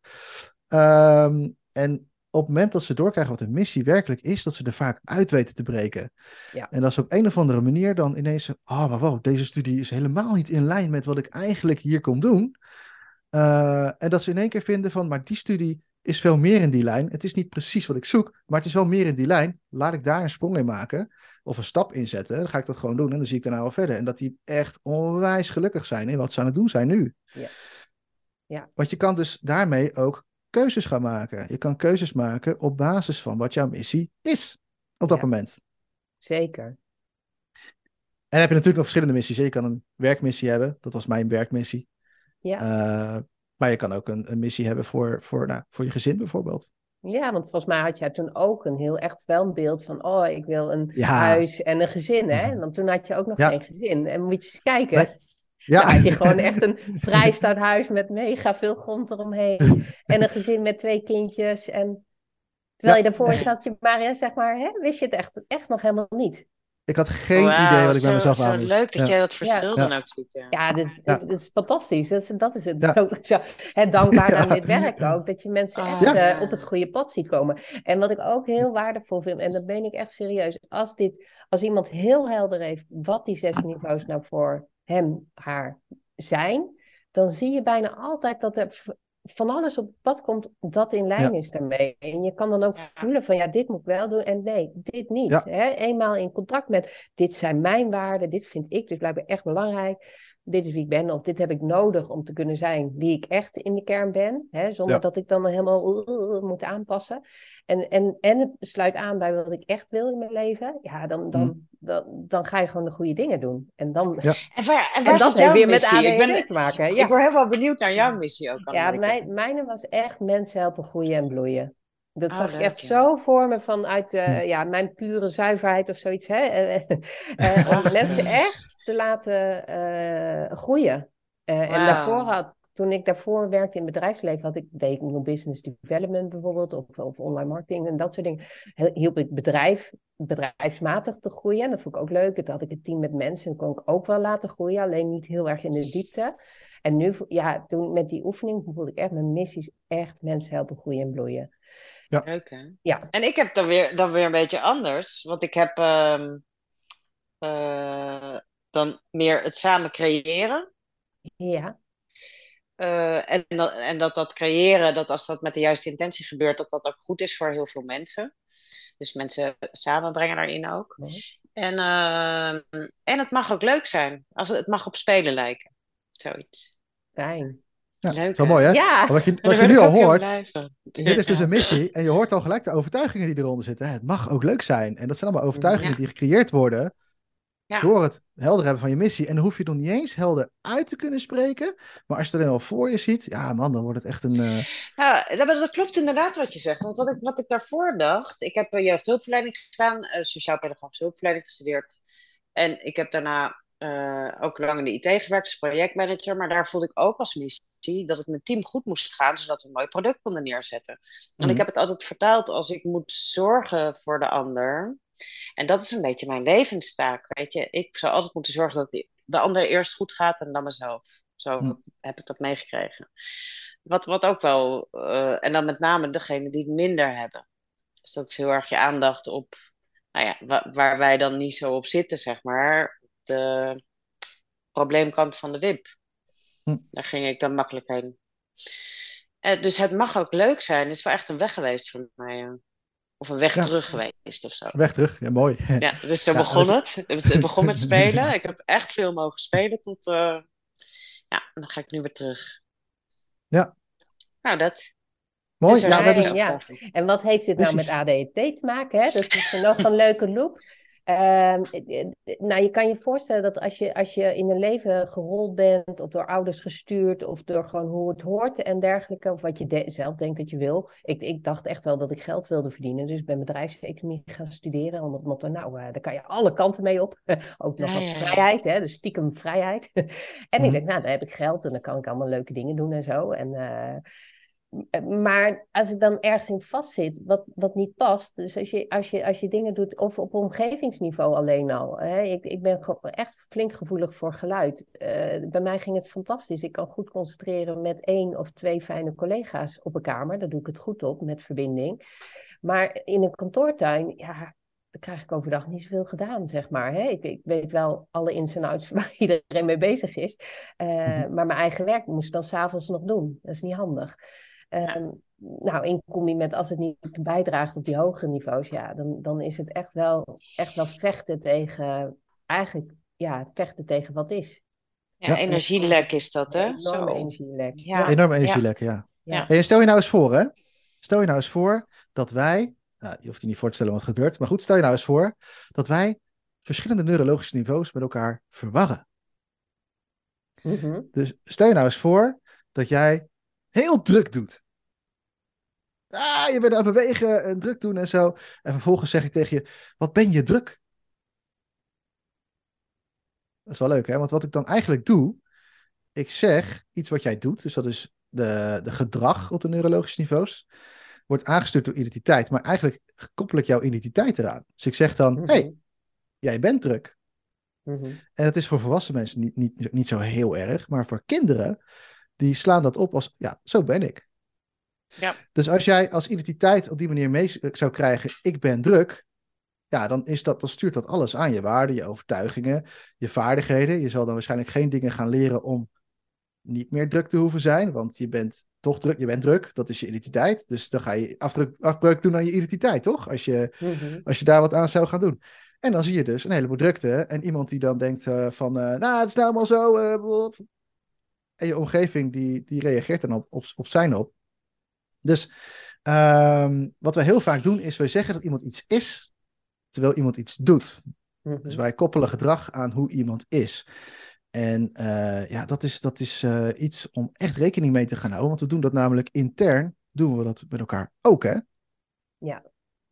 En op het moment dat ze doorkrijgen wat de missie werkelijk is, dat ze er vaak uit weten te breken. Ja. En dat ze op een of andere manier dan ineens, maar wow, deze studie is helemaal niet in lijn met wat ik eigenlijk hier kom doen. En dat ze in één keer vinden van, maar die studie is veel meer in die lijn. Het is niet precies wat ik zoek, maar het is wel meer in die lijn. Laat ik daar een sprong in maken of een stap in zetten. Dan ga ik dat gewoon doen en dan zie ik daarna wel verder. En dat die echt onwijs gelukkig zijn in wat ze aan het doen zijn nu. Ja. Ja. Want je kan dus daarmee ook keuzes gaan maken. Je kan keuzes maken op basis van wat jouw missie is op dat Ja. moment. Zeker. En dan heb je natuurlijk nog verschillende missies. Je kan een werkmissie hebben. Dat was mijn werkmissie. Ja. Maar je kan ook een missie hebben voor je gezin bijvoorbeeld. Ja, want volgens mij had jij toen ook een heel echt wel een beeld van, oh, ik wil een Ja. huis en een gezin, hè? Want toen had je ook nog Ja. geen gezin. En moet je eens kijken, Nee. Ja. dan had je gewoon echt een vrijstaand huis met mega veel grond eromheen. En een gezin met 2 kindjes. En terwijl je daarvoor zat, zeg maar, hè, wist je het echt nog helemaal niet. Ik had geen idee Wauw, wat ik met mezelf zo aan moest. leuk dat jij dat verschil Ja. dan ook ziet. Ja. Ja, dus, Ja. het is fantastisch. Dat is het. Ja. Zo, dankbaar aan Ja. dit werk ook. Dat je mensen Oh, echt ja. op het goede pad ziet komen. En wat ik ook heel waardevol vind, en dat meen ik echt serieus. Als iemand heel helder heeft wat die 6 niveaus nou voor hem, haar zijn. Dan zie je bijna altijd dat er van alles op het pad komt dat in lijn Ja. is daarmee. En je kan dan ook voelen van, ja, dit moet ik wel doen en nee, dit niet. Ja. Hè? Eenmaal in contact met, dit zijn mijn waarden, dit vind ik dus blijkbaar echt belangrijk. Dit is wie ik ben of dit heb ik nodig om te kunnen zijn wie ik echt in de kern ben. Hè? Zonder dat ik dan helemaal moet aanpassen. En het sluit aan bij wat ik echt wil in mijn leven. Ja, dan ga je gewoon de goede dingen doen. En dan... Ja. En waar En dat zit heeft jouw weer met missie? ADHD te maken. Ja. Ik word helemaal benieuwd naar jouw missie ook, Ja, Annemarie. mijne was echt mensen helpen groeien en bloeien. Dat zag ik leuk, echt ja. zo voor me vanuit mijn pure zuiverheid of zoiets. Hè? Om mensen echt te laten groeien. En toen ik daarvoor werkte in het bedrijfsleven, deed ik nog business development bijvoorbeeld, of online marketing en dat soort dingen. Hielp ik bedrijfsmatig te groeien. En dat vond ik ook leuk. Toen had ik een team met mensen en kon ik ook wel laten groeien, alleen niet heel erg in de diepte. En nu, toen met die oefening voelde ik echt, mijn missies echt mensen helpen groeien en bloeien. Ja. Leuk, hè? Ja. En ik heb dan weer een beetje anders. Want ik heb dan meer het samen creëren. Ja. En dat creëren, dat als dat met de juiste intentie gebeurt, dat ook goed is voor heel veel mensen. Dus mensen samenbrengen daarin ook. En het mag ook leuk zijn. Het mag op spelen lijken. Zoiets. Fijn. Ja, leuk, zo mooi, hè? Ja. Wat je nu al hoort, dit is dus een missie. En je hoort al gelijk de overtuigingen die eronder zitten. Het mag ook leuk zijn. En dat zijn allemaal overtuigingen die gecreëerd worden door het helder hebben van je missie. En dan hoef je het nog niet eens helder uit te kunnen spreken. Maar als je het alleen al voor je ziet, ja man, dan wordt het echt een... Ja, dat klopt inderdaad wat je zegt. Want wat ik daarvoor dacht, ik heb jeugdhulpverlening gedaan, sociaal-pedagogische hulpverlening gestudeerd. En ik heb daarna ook lang in de IT gewerkt als projectmanager. Maar daar voelde ik ook als missie dat het mijn team goed moest gaan, zodat we een mooi product konden neerzetten. En ik heb het altijd vertaald als ik moet zorgen voor de ander. En dat is een beetje mijn levenstaak, weet je. Ik zou altijd moeten zorgen de ander eerst goed gaat en dan mezelf. Zo heb ik dat meegekregen. Wat ook wel, en dan met name degene die het minder hebben. Dus dat is heel erg je aandacht op, nou ja, waar wij dan niet zo op zitten, zeg maar. De probleemkant van de wip. Daar ging ik dan makkelijk heen. Dus het mag ook leuk zijn. Het is wel echt een weg geweest voor mij. Of een weg terug geweest of zo. Weg terug, ja, mooi. Ja, dus zo begon het. Het begon met spelen. Ik heb echt veel mogen spelen tot... en dan ga ik nu weer terug. Ja. Nou, dat... Mooi. Dus ja, dus... ja. En wat heeft dit nou met ADHD te maken? Hè? Dat is nog een leuke loop. Nou, je kan je voorstellen dat als je in een leven gerold bent, of door ouders gestuurd, of door gewoon hoe het hoort en dergelijke, of wat je zelf denkt dat je wil. Ik dacht echt wel dat ik geld wilde verdienen, dus ik ben bedrijfseconomie gaan studeren, omdat daar kan je alle kanten mee op. Ook nog wat vrijheid, hè, dus stiekem vrijheid. En ik denk, nou, dan heb ik geld en dan kan ik allemaal leuke dingen doen en zo. Maar als ik dan ergens in vastzit, wat niet past, dus als je dingen doet, of op omgevingsniveau alleen al. Hè, ik ben echt flink gevoelig voor geluid. Bij mij ging het fantastisch. Ik kan goed concentreren met 1 of 2 fijne collega's op een kamer. Daar doe ik het goed op, met verbinding. Maar in een kantoortuin, ja, dan krijg ik overdag niet zoveel gedaan, zeg maar. Hè? Ik weet wel alle ins en outs waar iedereen mee bezig is. Maar mijn eigen werk moest ik dan 's avonds nog doen. Dat is niet handig. Nou, in combi met als het niet bijdraagt op die hogere niveaus, ja, dan is het echt wel vechten tegen, eigenlijk, ja, vechten tegen wat is. Ja, energielek is dat, hè? Enorme energielek. Ja. Enorme energielek, ja. En stel je nou eens voor, hè? Stel je nou eens voor dat wij, nou, je hoeft je niet voor te stellen wat er gebeurt, maar goed, stel je nou eens voor dat wij verschillende neurologische niveaus met elkaar verwarren. Dus stel je nou eens voor dat jij heel druk doet. Je bent aan het bewegen en druk doen en zo. En vervolgens zeg ik tegen je, wat ben je druk? Dat is wel leuk, hè? Want wat ik dan eigenlijk doe, ik zeg iets wat jij doet, dus dat is de gedrag op de neurologische niveaus, wordt aangestuurd door identiteit. Maar eigenlijk koppel ik jouw identiteit eraan. Dus ik zeg dan, hey, jij bent druk. En dat is voor volwassen mensen niet zo heel erg, maar voor kinderen, die slaan dat op als, ja, zo ben ik. Ja. Dus als jij als identiteit op die manier mee zou krijgen, ik ben druk, ja, dan stuurt dat alles aan. Je waarden, je overtuigingen, je vaardigheden. Je zal dan waarschijnlijk geen dingen gaan leren om niet meer druk te hoeven zijn, want je bent toch druk, je bent druk, dat is je identiteit. Dus dan ga je afbreuk doen aan je identiteit, toch? Als je daar wat aan zou gaan doen. En dan zie je dus een heleboel drukte en iemand die dan denkt nou, het is nou allemaal zo. En je omgeving die reageert dan op zijn op. Dus wat wij heel vaak doen is, wij zeggen dat iemand iets is, terwijl iemand iets doet. Dus wij koppelen gedrag aan hoe iemand is. En dat is iets om echt rekening mee te gaan houden, want we doen dat namelijk intern, doen we dat met elkaar ook, hè? Ja.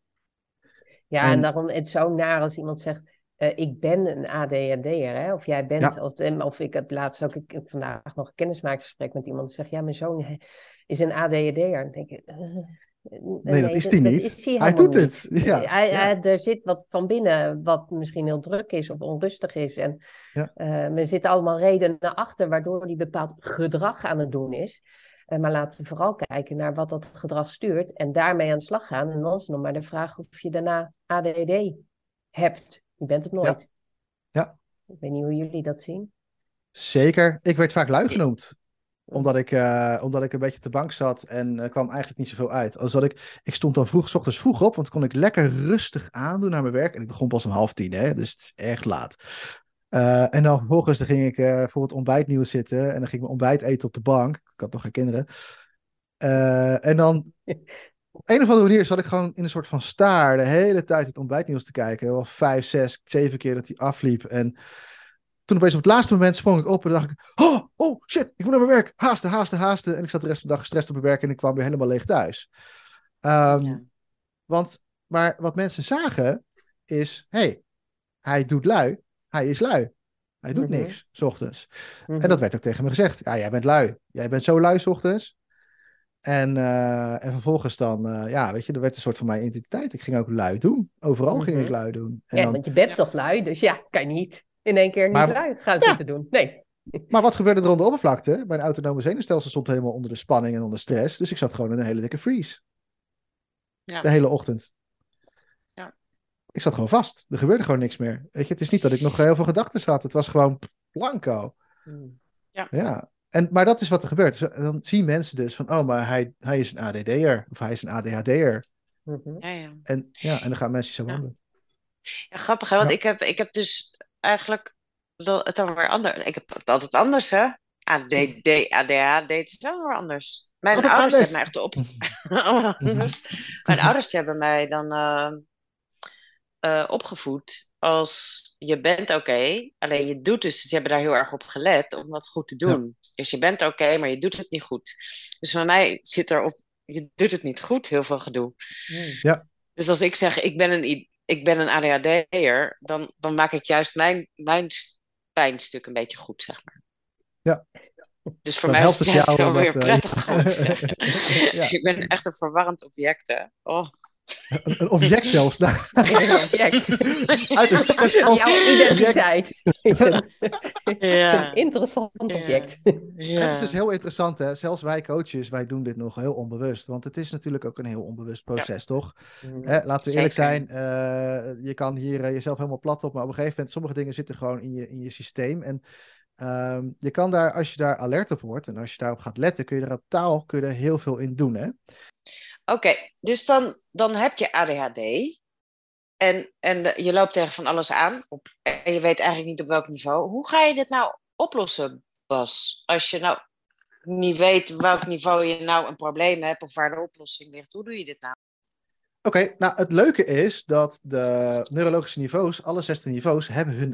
Ja, en daarom het zo naar als iemand zegt, ik ben een ADHD'er, hè? Of jij bent, of ik heb laatst ook, ik heb vandaag nog een kennismakingsgesprek met iemand die zegt, ja, mijn zoon is een ADHD'er. Dan denk ik, nee, dat is die niet. Is hij doet het. Ja. Er zit wat van binnen wat misschien heel druk is of onrustig is. En er zitten allemaal redenen achter waardoor die bepaald gedrag aan het doen is. Maar laten we vooral kijken naar wat dat gedrag stuurt en daarmee aan de slag gaan. En dan is nog maar de vraag of je daarna ADHD hebt. Je bent het nooit. Ja. Ik weet niet hoe jullie dat zien. Zeker. Ik werd vaak lui genoemd. Omdat ik een beetje op de bank zat en kwam eigenlijk niet zoveel uit. Ik stond dan 's ochtends vroeg op, want kon ik lekker rustig aandoen naar mijn werk. En ik begon pas om 9:30, hè, dus het is echt laat. En dan vervolgens ging ik voor het ontbijtnieuws zitten. En dan ging ik mijn ontbijt eten op de bank. Ik had nog geen kinderen. En dan op een of andere manier zat ik gewoon in een soort van staar de hele tijd het ontbijtnieuws te kijken. Wel 5, 6, 7 keer dat hij afliep. En toen opeens op het laatste moment sprong ik op en dacht ik, oh shit, ik moet naar mijn werk. Haasten. En ik zat de rest van de dag gestrest op mijn werk en ik kwam weer helemaal leeg thuis. Maar wat mensen zagen is, hij doet lui. Hij is lui. Hij doet niks, 's ochtends. En dat werd ook tegen me gezegd. Ja, jij bent lui. Jij bent zo lui 's ochtends. En vervolgens dan, weet je, er werd een soort van mijn identiteit. Ik ging ook lui doen. Overal ging ik lui doen. En want je bent toch lui, dus ja, kan je niet. in één keer niet Maar- lui gaan ja. zitten doen. Nee. Maar wat gebeurde er onder de oppervlakte? Mijn autonome zenuwstelsel stond helemaal onder de spanning en onder stress. Dus ik zat gewoon in een hele dikke freeze. Ja. De hele ochtend. Ja. Ik zat gewoon vast. Er gebeurde gewoon niks meer. Weet je, het is niet dat ik nog heel veel gedachten had. Het was gewoon blanco. Ja. Maar dat is wat er gebeurt. Dus dan zien mensen dus van, oh, maar hij is een ADD'er. Of hij is een ADHD'er. Mhm. En dan gaan mensen zo handelen. Ja, grappig, hè? Want ik heb dus eigenlijk het dan weer anders. Ik heb het altijd anders, hè? ADHD, het is dan weer anders. Mijn Altijd ouders anders. hebben mij echt allemaal anders. Mijn ouders die hebben mij dan opgevoed als je bent oké, alleen je doet dus, ze hebben daar heel erg op gelet om dat goed te doen. Dus je bent oké, maar je doet het niet goed. Dus voor mij zit er op, je doet het niet goed, heel veel gedoe. Ja. Dus als ik zeg, ik ben een ADHD'er, dan maak ik juist mijn pijnstuk een beetje goed, zeg maar. Ja. Dus voor Dan mij is helpt het het juist jou wel weer omdat, prettig om te zeggen. Ja. Ik ben echt een verwarrend object, hè. Oh. Een object zelfs. Nou, Een object. uit de stress als Jouw object. identiteit is een Ja. interessant object. Ja. Het is dus heel interessant, hè? Zelfs wij coaches, wij doen dit nog heel onbewust. Want het is natuurlijk ook een heel onbewust proces, toch? Laten we eerlijk zijn, je kan hier jezelf helemaal plat op, maar op een gegeven moment, sommige dingen zitten gewoon in je systeem. En je kan daar, als je daar alert op wordt en als je daarop gaat letten, kun je er op taal heel veel in doen, hè? Oké, dus dan heb je ADHD en je loopt tegen van alles aan en je weet eigenlijk niet op welk niveau. Hoe ga je dit nou oplossen, Bas? Als je nou niet weet welk niveau je nou een probleem hebt of waar de oplossing ligt, hoe doe je dit nou? Oké, nou het leuke is dat de neurologische niveaus, alle 16 niveaus, hebben hun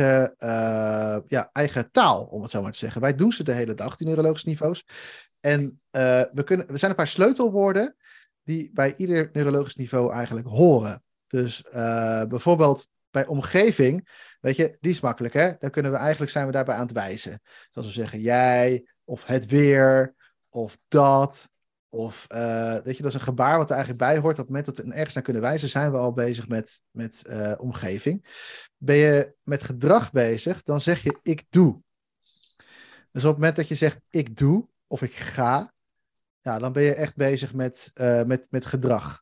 eigen taal, om het zo maar te zeggen. Wij doen ze de hele dag, die neurologische niveaus. En we zijn een paar sleutelwoorden die bij ieder neurologisch niveau eigenlijk horen. Dus bijvoorbeeld bij omgeving, weet je, die is makkelijk, hè? Zijn we daarbij aan het wijzen. Zoals we zeggen, jij, of het weer, of dat. Of, weet je, dat is een gebaar wat er eigenlijk bij hoort. Op het moment dat we ergens naar kunnen wijzen, zijn we al bezig met omgeving. Ben je met gedrag bezig, dan zeg je ik doe. Dus op het moment dat je zegt ik doe, of ik ga, ja, dan ben je echt bezig met gedrag.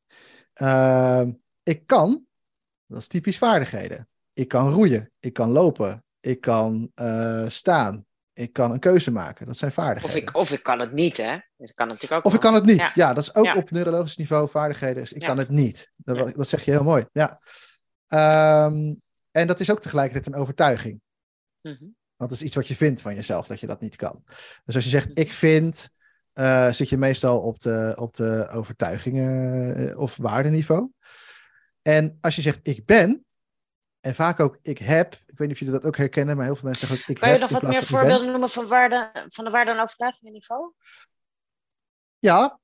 Ik kan, dat is typisch vaardigheden. Ik kan roeien, ik kan lopen, ik kan staan. Ik kan een keuze maken. Dat zijn vaardigheden. Of ik kan het niet, hè? Dat kan natuurlijk ook Of ik kan het niet. Ja, dat is ook Ja. op neurologisch niveau vaardigheden. Dus ik Ja. kan het niet. Dat zeg je heel mooi. Ja. En dat is ook tegelijkertijd een overtuiging. Mhm. Want dat is iets wat je vindt van jezelf, dat je dat niet kan. Dus als je zegt ik vind, zit je meestal op de overtuigingen of waardeniveau. En als je zegt ik ben, en vaak ook ik heb, ik weet niet of jullie dat ook herkennen, maar heel veel mensen zeggen ook ik Kan heb. je nog wat meer voorbeelden noemen van de waarde- en overtuigingenniveau? Ja,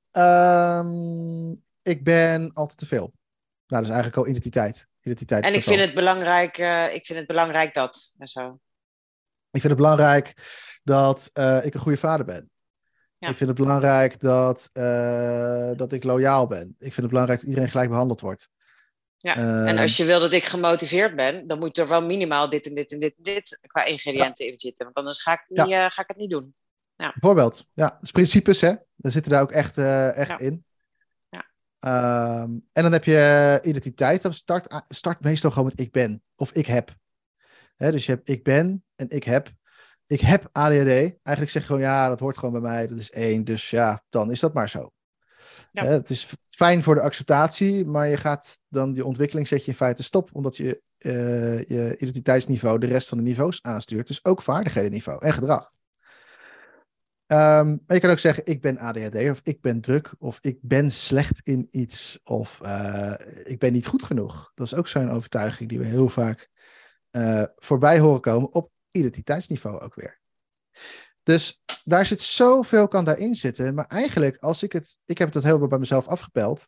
ik ben altijd te veel. Nou, dat is eigenlijk al identiteit. En ik vind het belangrijk dat en zo. Ik vind het belangrijk dat ik een goede vader ben. Ja. Ik vind het belangrijk dat ik loyaal ben. Ik vind het belangrijk dat iedereen gelijk behandeld wordt. Ja. En als je wil dat ik gemotiveerd ben, dan moet er wel minimaal dit en dit en dit en dit qua ingrediënten in zitten. Want anders ga ik het niet doen. Ja. Bijvoorbeeld, ja, dus principes, hè. Daar zitten daar ook echt in. Ja. En dan heb je identiteit. Dat start meestal gewoon met ik ben of ik heb. Hè, dus je hebt ik ben en ik heb. Ik heb ADHD. Eigenlijk zeg je gewoon ja, dat hoort gewoon bij mij. Dat is 1. Dus ja, dan is dat maar zo. Ja. Het is fijn voor de acceptatie, maar je gaat dan die ontwikkeling zet je in feite stop, omdat je identiteitsniveau de rest van de niveaus aanstuurt. Dus ook vaardighedenniveau en gedrag. Maar je kan ook zeggen, ik ben ADHD, of ik ben druk, of ik ben slecht in iets, of ik ben niet goed genoeg. Dat is ook zo'n overtuiging die we heel vaak voorbij horen komen op identiteitsniveau ook weer. Dus daar zit zoveel kan daarin zitten. Maar eigenlijk, ik heb dat heel bij mezelf afgepeld.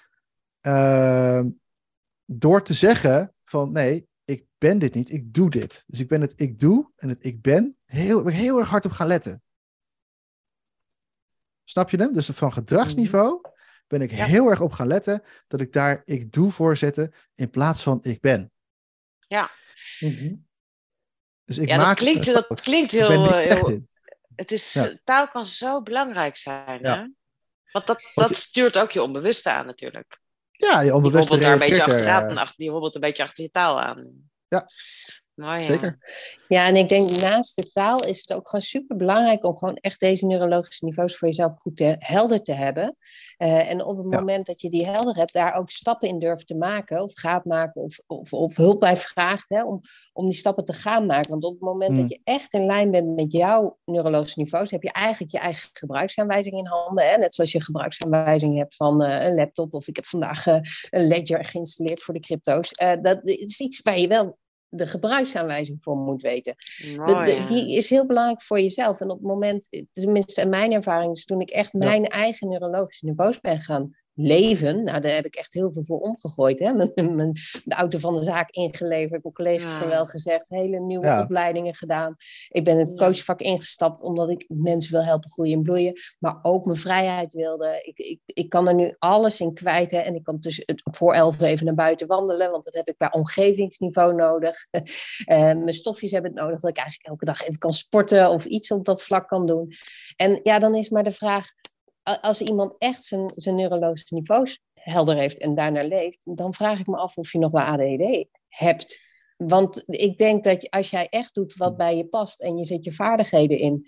Door te zeggen van nee, ik ben dit niet, ik doe dit. Dus ik ben het ik doe en het ik ben heel erg hard op gaan letten. Snap je hem? Dus van gedragsniveau ben ik heel erg op gaan letten dat ik daar ik doe voor zette in plaats van ik ben. Ja. Dus ik Ja, maak dat klinkt ik ben heel... niet slecht in. Het is, Ja. taal kan zo belangrijk zijn, Ja. hè? Want dat Want stuurt ook je onbewuste aan natuurlijk. ja, je Die onbewuste hobbelt daar een beetje reageert achteraan. Die hobbelt een beetje achter je taal aan. Ja, Nou ja. zeker. Ja, en ik denk naast de taal is het ook gewoon super belangrijk om gewoon echt deze neurologische niveaus voor jezelf goed helder te hebben. En op het moment dat je die helder hebt, daar ook stappen in durft te maken, of gaat maken, of hulp bij vraagt, hè, om die stappen te gaan maken. Want op het moment dat je echt in lijn bent met jouw neurologische niveaus, heb je eigenlijk je eigen gebruiksaanwijzing in handen. Hè? Net zoals je gebruiksaanwijzing hebt van een laptop, of ik heb vandaag een Ledger geïnstalleerd voor de crypto's. Dat is iets waar je wel de gebruiksaanwijzing voor moet weten. Die is heel belangrijk voor jezelf. En op het moment, tenminste in mijn ervaring, is toen ik echt mijn eigen neurologische niveaus ben gaan leven, nou daar heb ik echt heel veel voor omgegooid. Hè? De auto van de zaak ingeleverd, mijn collega's vaarwel gezegd, hele nieuwe opleidingen gedaan. Ik ben het coachvak ingestapt, omdat ik mensen wil helpen groeien en bloeien, maar ook mijn vrijheid wilde. Ik kan er nu alles in kwijt. Hè? En ik kan voor 11 even naar buiten wandelen, want dat heb ik bij omgevingsniveau nodig. Mijn stofjes hebben het nodig, dat ik eigenlijk elke dag even kan sporten of iets op dat vlak kan doen. En ja, dan is maar de vraag, als iemand echt zijn neurologische niveaus helder heeft en daarnaar leeft, dan vraag ik me af of je nog wel ADHD hebt. Want ik denk dat als jij echt doet wat bij je past en je zet je vaardigheden in,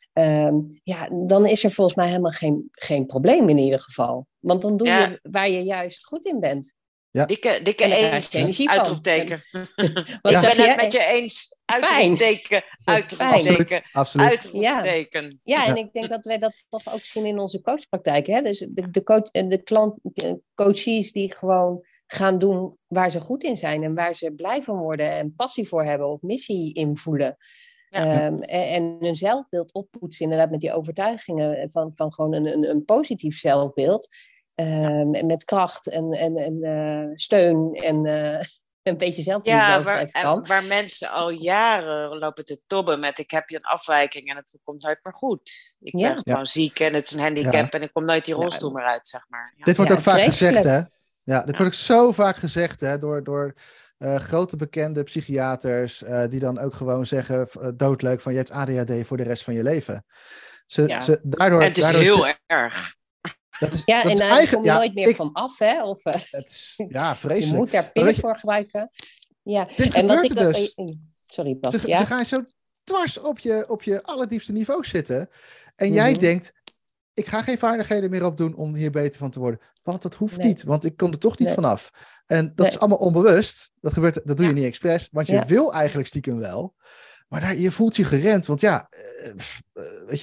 dan is er volgens mij helemaal geen probleem in ieder geval. Want dan doe je waar je juist goed in bent. Ja. Dikke eens, uitroepteken. Ik ben het met je eens. Uitroepteken, uitroepteken, uitroepteken. Ja, en ik denk dat wij dat toch ook zien in onze coachpraktijk. Hè? Dus de coaches die gewoon gaan doen waar ze goed in zijn en waar ze blij van worden en passie voor hebben of missie invoelen. En hun zelfbeeld oppoetsen inderdaad met die overtuigingen van gewoon een positief zelfbeeld. Met kracht en steun en een beetje zelfliefde als het even kan. Waar mensen al jaren lopen te tobben met ik heb hier een afwijking en het komt nooit meer goed. Ik ben gewoon ziek en het is een handicap en ik kom nooit die rolstoel meer uit, zeg maar. Dit wordt ook vaak gezegd, hè? Ja, dit wordt ook zo vaak gezegd, hè? Door grote bekende psychiaters die dan ook gewoon zeggen, doodleuk, van je hebt ADHD voor de rest van je leven. En het is heel erg. En daar kom je nooit meer van af, hè? Of, vreselijk. Je moet daar pillen voor gebruiken. Ja, en wat ik dus. Sorry, Bas. Ze gaan zo dwars op je allerdiepste niveau zitten. En jij denkt, ik ga geen vaardigheden meer opdoen om hier beter van te worden. Want dat hoeft niet, want ik kom er toch niet vanaf. En dat is allemaal onbewust. Dat doe je niet expres, want je wil eigenlijk stiekem wel. Maar je voelt je geremd, want weet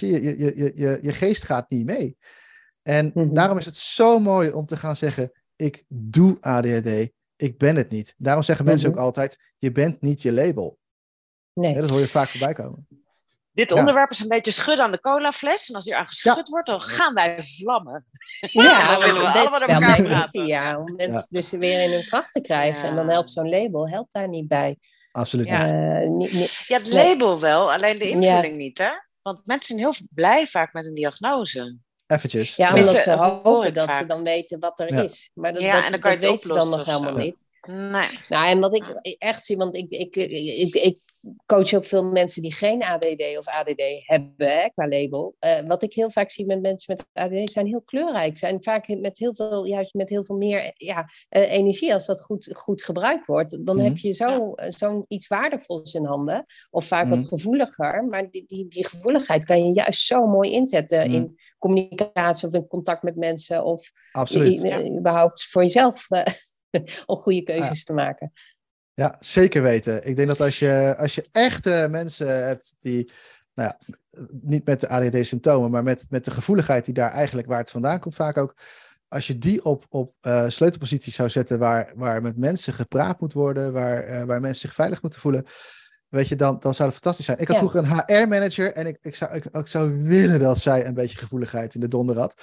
je geest gaat niet mee. En daarom is het zo mooi om te gaan zeggen, ik doe ADHD, ik ben het niet. Daarom zeggen mensen ook altijd, je bent niet je label. Nee. Dat hoor je vaak voorbij komen. Dit onderwerp is een beetje schudden aan de colafles. En als hier aan geschud wordt, dan gaan wij vlammen. Ja, dan willen we allemaal met elkaar praten. Ja, om mensen dus weer in hun kracht te krijgen. En dan helpt zo'n label daar niet bij. Absoluut niet. Het label wel, alleen de invulling niet, hè? Want mensen zijn heel blij vaak met een diagnose. Eventjes. Ja, omdat ze hopen dat ze dan weten wat er is. Maar dat en dan kan je het weten ze dan nog helemaal niet. Nee. Nou, en wat ik echt zie, want ik coach ook veel mensen die geen ADD of ADD hebben, qua label. Wat ik heel vaak zie met mensen met ADD, zijn heel kleurrijk. Zijn vaak met heel veel meer energie. Als dat goed gebruikt wordt, dan heb je zo'n iets waardevols in handen. Of vaak wat gevoeliger. Maar die gevoeligheid kan je juist zo mooi inzetten in communicatie of in contact met mensen. Of überhaupt voor jezelf om goede keuzes te maken. Ja, zeker weten. Ik denk dat als je echt mensen hebt die, niet met de ADD-symptomen, maar met de gevoeligheid die daar eigenlijk waar het vandaan komt vaak ook, als je die op sleutelposities zou zetten waar met mensen gepraat moet worden, waar mensen zich veilig moeten voelen, weet je, dan zou het fantastisch zijn. Ik had vroeger een HR-manager en ik zou willen dat zij een beetje gevoeligheid in de donder had.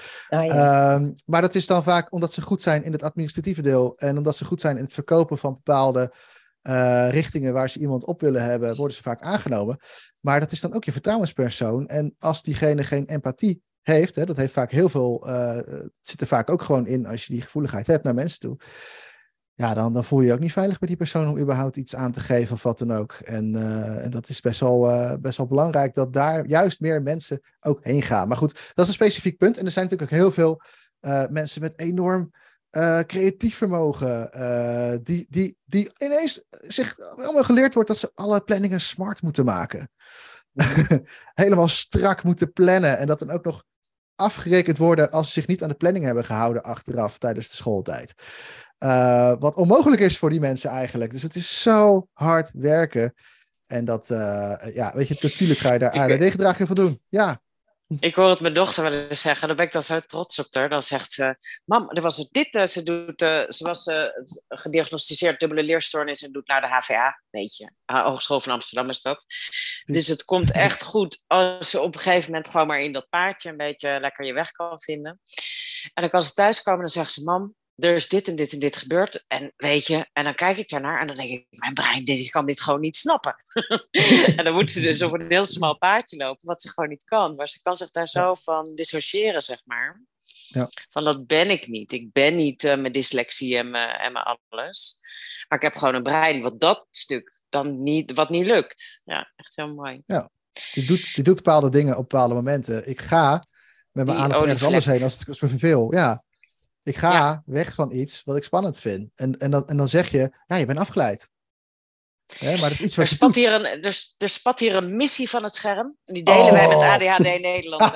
Maar dat is dan vaak omdat ze goed zijn in het administratieve deel en omdat ze goed zijn in het verkopen van bepaalde richtingen waar ze iemand op willen hebben, worden ze vaak aangenomen. Maar dat is dan ook je vertrouwenspersoon. En als diegene geen empathie heeft, dat heeft vaak heel veel, het zit er vaak ook gewoon in als je die gevoeligheid hebt naar mensen toe. ja, dan voel je je ook niet veilig bij die persoon om überhaupt iets aan te geven of wat dan ook. En dat is best wel belangrijk dat daar juist meer mensen ook heen gaan. Maar goed, dat is een specifiek punt. En er zijn natuurlijk ook heel veel mensen met enorm creatief vermogen, die ineens zich allemaal geleerd wordt dat ze alle planningen smart moeten maken. Helemaal strak moeten plannen en dat dan ook nog afgerekend worden als ze zich niet aan de planning hebben gehouden achteraf tijdens de schooltijd. Wat onmogelijk is voor die mensen eigenlijk. Dus het is zo hard werken. En dat, weet je, natuurlijk ga je daar ADHD-gedrag in doen. Ja. Ik hoor het mijn dochter wel eens zeggen, daar ben ik dan zo trots op haar. Dan zegt ze, mam, er was dit, ze was gediagnosticeerd dubbele leerstoornis en doet naar de HVA, weet je. Hogeschool van Amsterdam is dat. Dus het komt echt goed als je op een gegeven moment gewoon maar in dat paadje een beetje lekker je weg kan vinden. En dan kan ze thuiskomen en dan zegt ze, mam, er is dit en dit en dit gebeurd. En weet je, en dan kijk ik daarnaar en dan denk ik, mijn brein die kan dit gewoon niet snappen. En dan moet ze dus op een heel smal paadje lopen, wat ze gewoon niet kan. Maar ze kan zich daar zo van dissociëren, zeg maar. Ja. Van dat ben ik niet. Ik ben niet mijn dyslexie en mijn alles. Maar ik heb gewoon een brein wat dat stuk dan niet, wat niet lukt. Ja, echt heel mooi. Ja, die doet bepaalde dingen op bepaalde momenten. Ik ga met mijn aandacht ergens anders heen als het me verveel. Ja. Ik ga weg van iets wat ik spannend vind. En dan zeg je, ja, je bent afgeleid. Maar dat is iets wat er spat hier een missie van het scherm. Die delen wij met ADHD Nederland.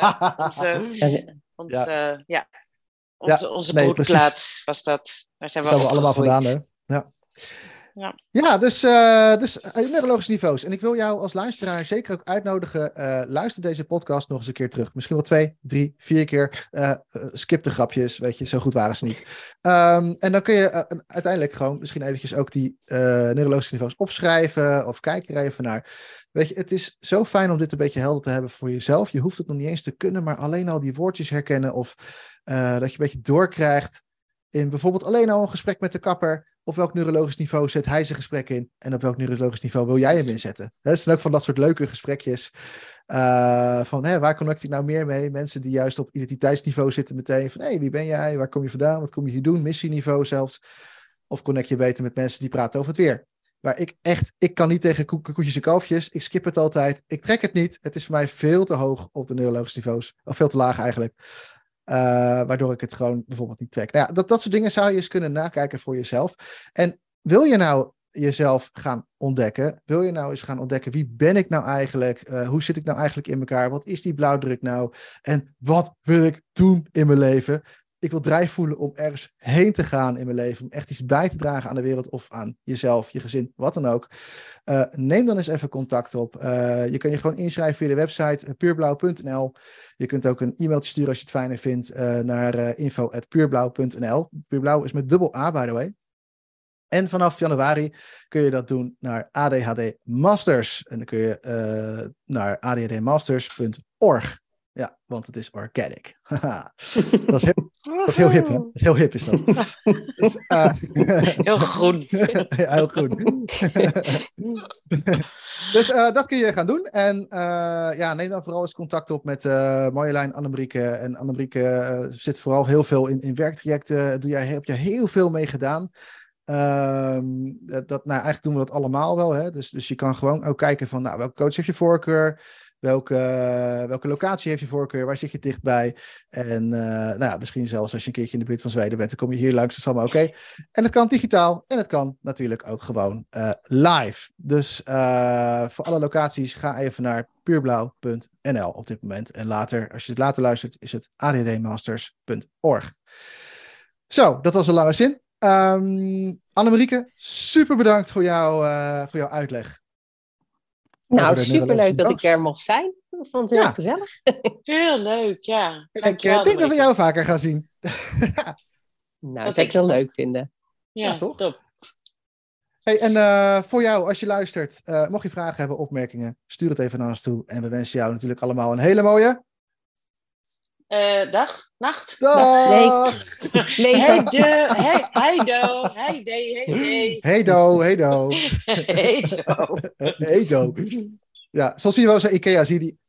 Onze broedplaats was dat. Daar zijn we allemaal vandaan, hè? Ja. Ja, dus neurologische niveaus. En ik wil jou als luisteraar zeker ook uitnodigen. Luister deze podcast nog eens een keer terug. Misschien wel 2, 3, 4 keer. Skip de grapjes, weet je, zo goed waren ze niet. En dan kun je uiteindelijk gewoon misschien eventjes ook die neurologische niveaus opschrijven. Of kijk er even naar. Weet je, het is zo fijn om dit een beetje helder te hebben voor jezelf. Je hoeft het nog niet eens te kunnen, maar alleen al die woordjes herkennen. Of dat je een beetje doorkrijgt in bijvoorbeeld alleen al een gesprek met de kapper. Op welk neurologisch niveau zet hij zijn gesprek in? En op welk neurologisch niveau wil jij hem inzetten? Dat zijn ook van dat soort leuke gesprekjes. Waar connect ik nou meer mee? Mensen die juist op identiteitsniveau zitten meteen. Van, wie ben jij? Waar kom je vandaan? Wat kom je hier doen? Missieniveau zelfs. Of connect je beter met mensen die praten over het weer? Waar ik kan niet tegen koetjes en kalfjes. Ik skip het altijd. Ik trek het niet. Het is voor mij veel te hoog op de neurologische niveaus. Of veel te laag eigenlijk. Waardoor ik het gewoon bijvoorbeeld niet trek. Nou ja, dat soort dingen zou je eens kunnen nakijken voor jezelf. En wil je nou jezelf gaan ontdekken? Wil je nou eens gaan ontdekken, wie ben ik nou eigenlijk? Hoe zit ik nou eigenlijk in elkaar? Wat is die blauwdruk nou? En wat wil ik doen in mijn leven? Ik wil drijf voelen om ergens heen te gaan in mijn leven. Om echt iets bij te dragen aan de wereld of aan jezelf, je gezin, wat dan ook. Neem dan eens even contact op. Je kan je gewoon inschrijven via de website puurblauw.nl. Je kunt ook een e-mailtje sturen als je het fijner vindt naar info@puurblauw.nl. Puurblauw is met dubbel A, by the way. En vanaf januari kun je dat doen naar ADHD Masters. En dan kun je naar adhdmasters.org. Ja, want het is organic. Dat is heel hip, hè? Heel hip is dat. Dus, heel groen. Ja, heel groen. Dus dat kun je gaan doen. En neem dan vooral eens contact op met Marjolein, Annemarieke. En Annemarieke zit vooral heel veel in werktrajecten. Heb je heel veel mee gedaan. Eigenlijk doen we dat allemaal wel. Hè? Dus je kan gewoon ook kijken van welke coach heeft je voorkeur? Welke locatie heeft je voorkeur? Waar zit je dichtbij? En misschien zelfs als je een keertje in de buurt van Zweden bent, dan kom je hier langs. Dat is allemaal oké. En het kan digitaal en het kan natuurlijk ook gewoon live. Dus voor alle locaties ga even naar puurblauw.nl op dit moment. En later, als je het later luistert, is het adhdmasters.org. Zo, dat was een lange zin. Annemarieke, super bedankt voor jouw uitleg. Nou, superleuk dat ik er mocht zijn. Ik vond het heel gezellig. Heel leuk, ja. Ik denk dat we jou vaker gaan zien. Dat zou ik heel leuk vinden. Ja, toch? Top. Hey, en voor jou, als je luistert, mocht je vragen hebben, opmerkingen, stuur het even naar ons toe. En we wensen jou natuurlijk allemaal een hele mooie... dag, nacht. Dag. Heido. Ja, zoals zie je wel zo Ikea, zie je die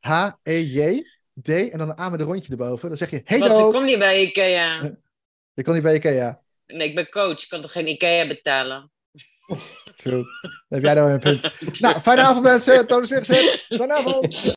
H-E-J-D en dan een A met een rondje erboven. Dan zeg je heido. Ik kom niet bij Ikea. Je komt niet bij Ikea. Nee, ik ben coach. Ik kan toch geen IKEA betalen? True. Dan heb jij nou een punt. Nou, fijne avond mensen. Toon is weer gezet. Fijne avond.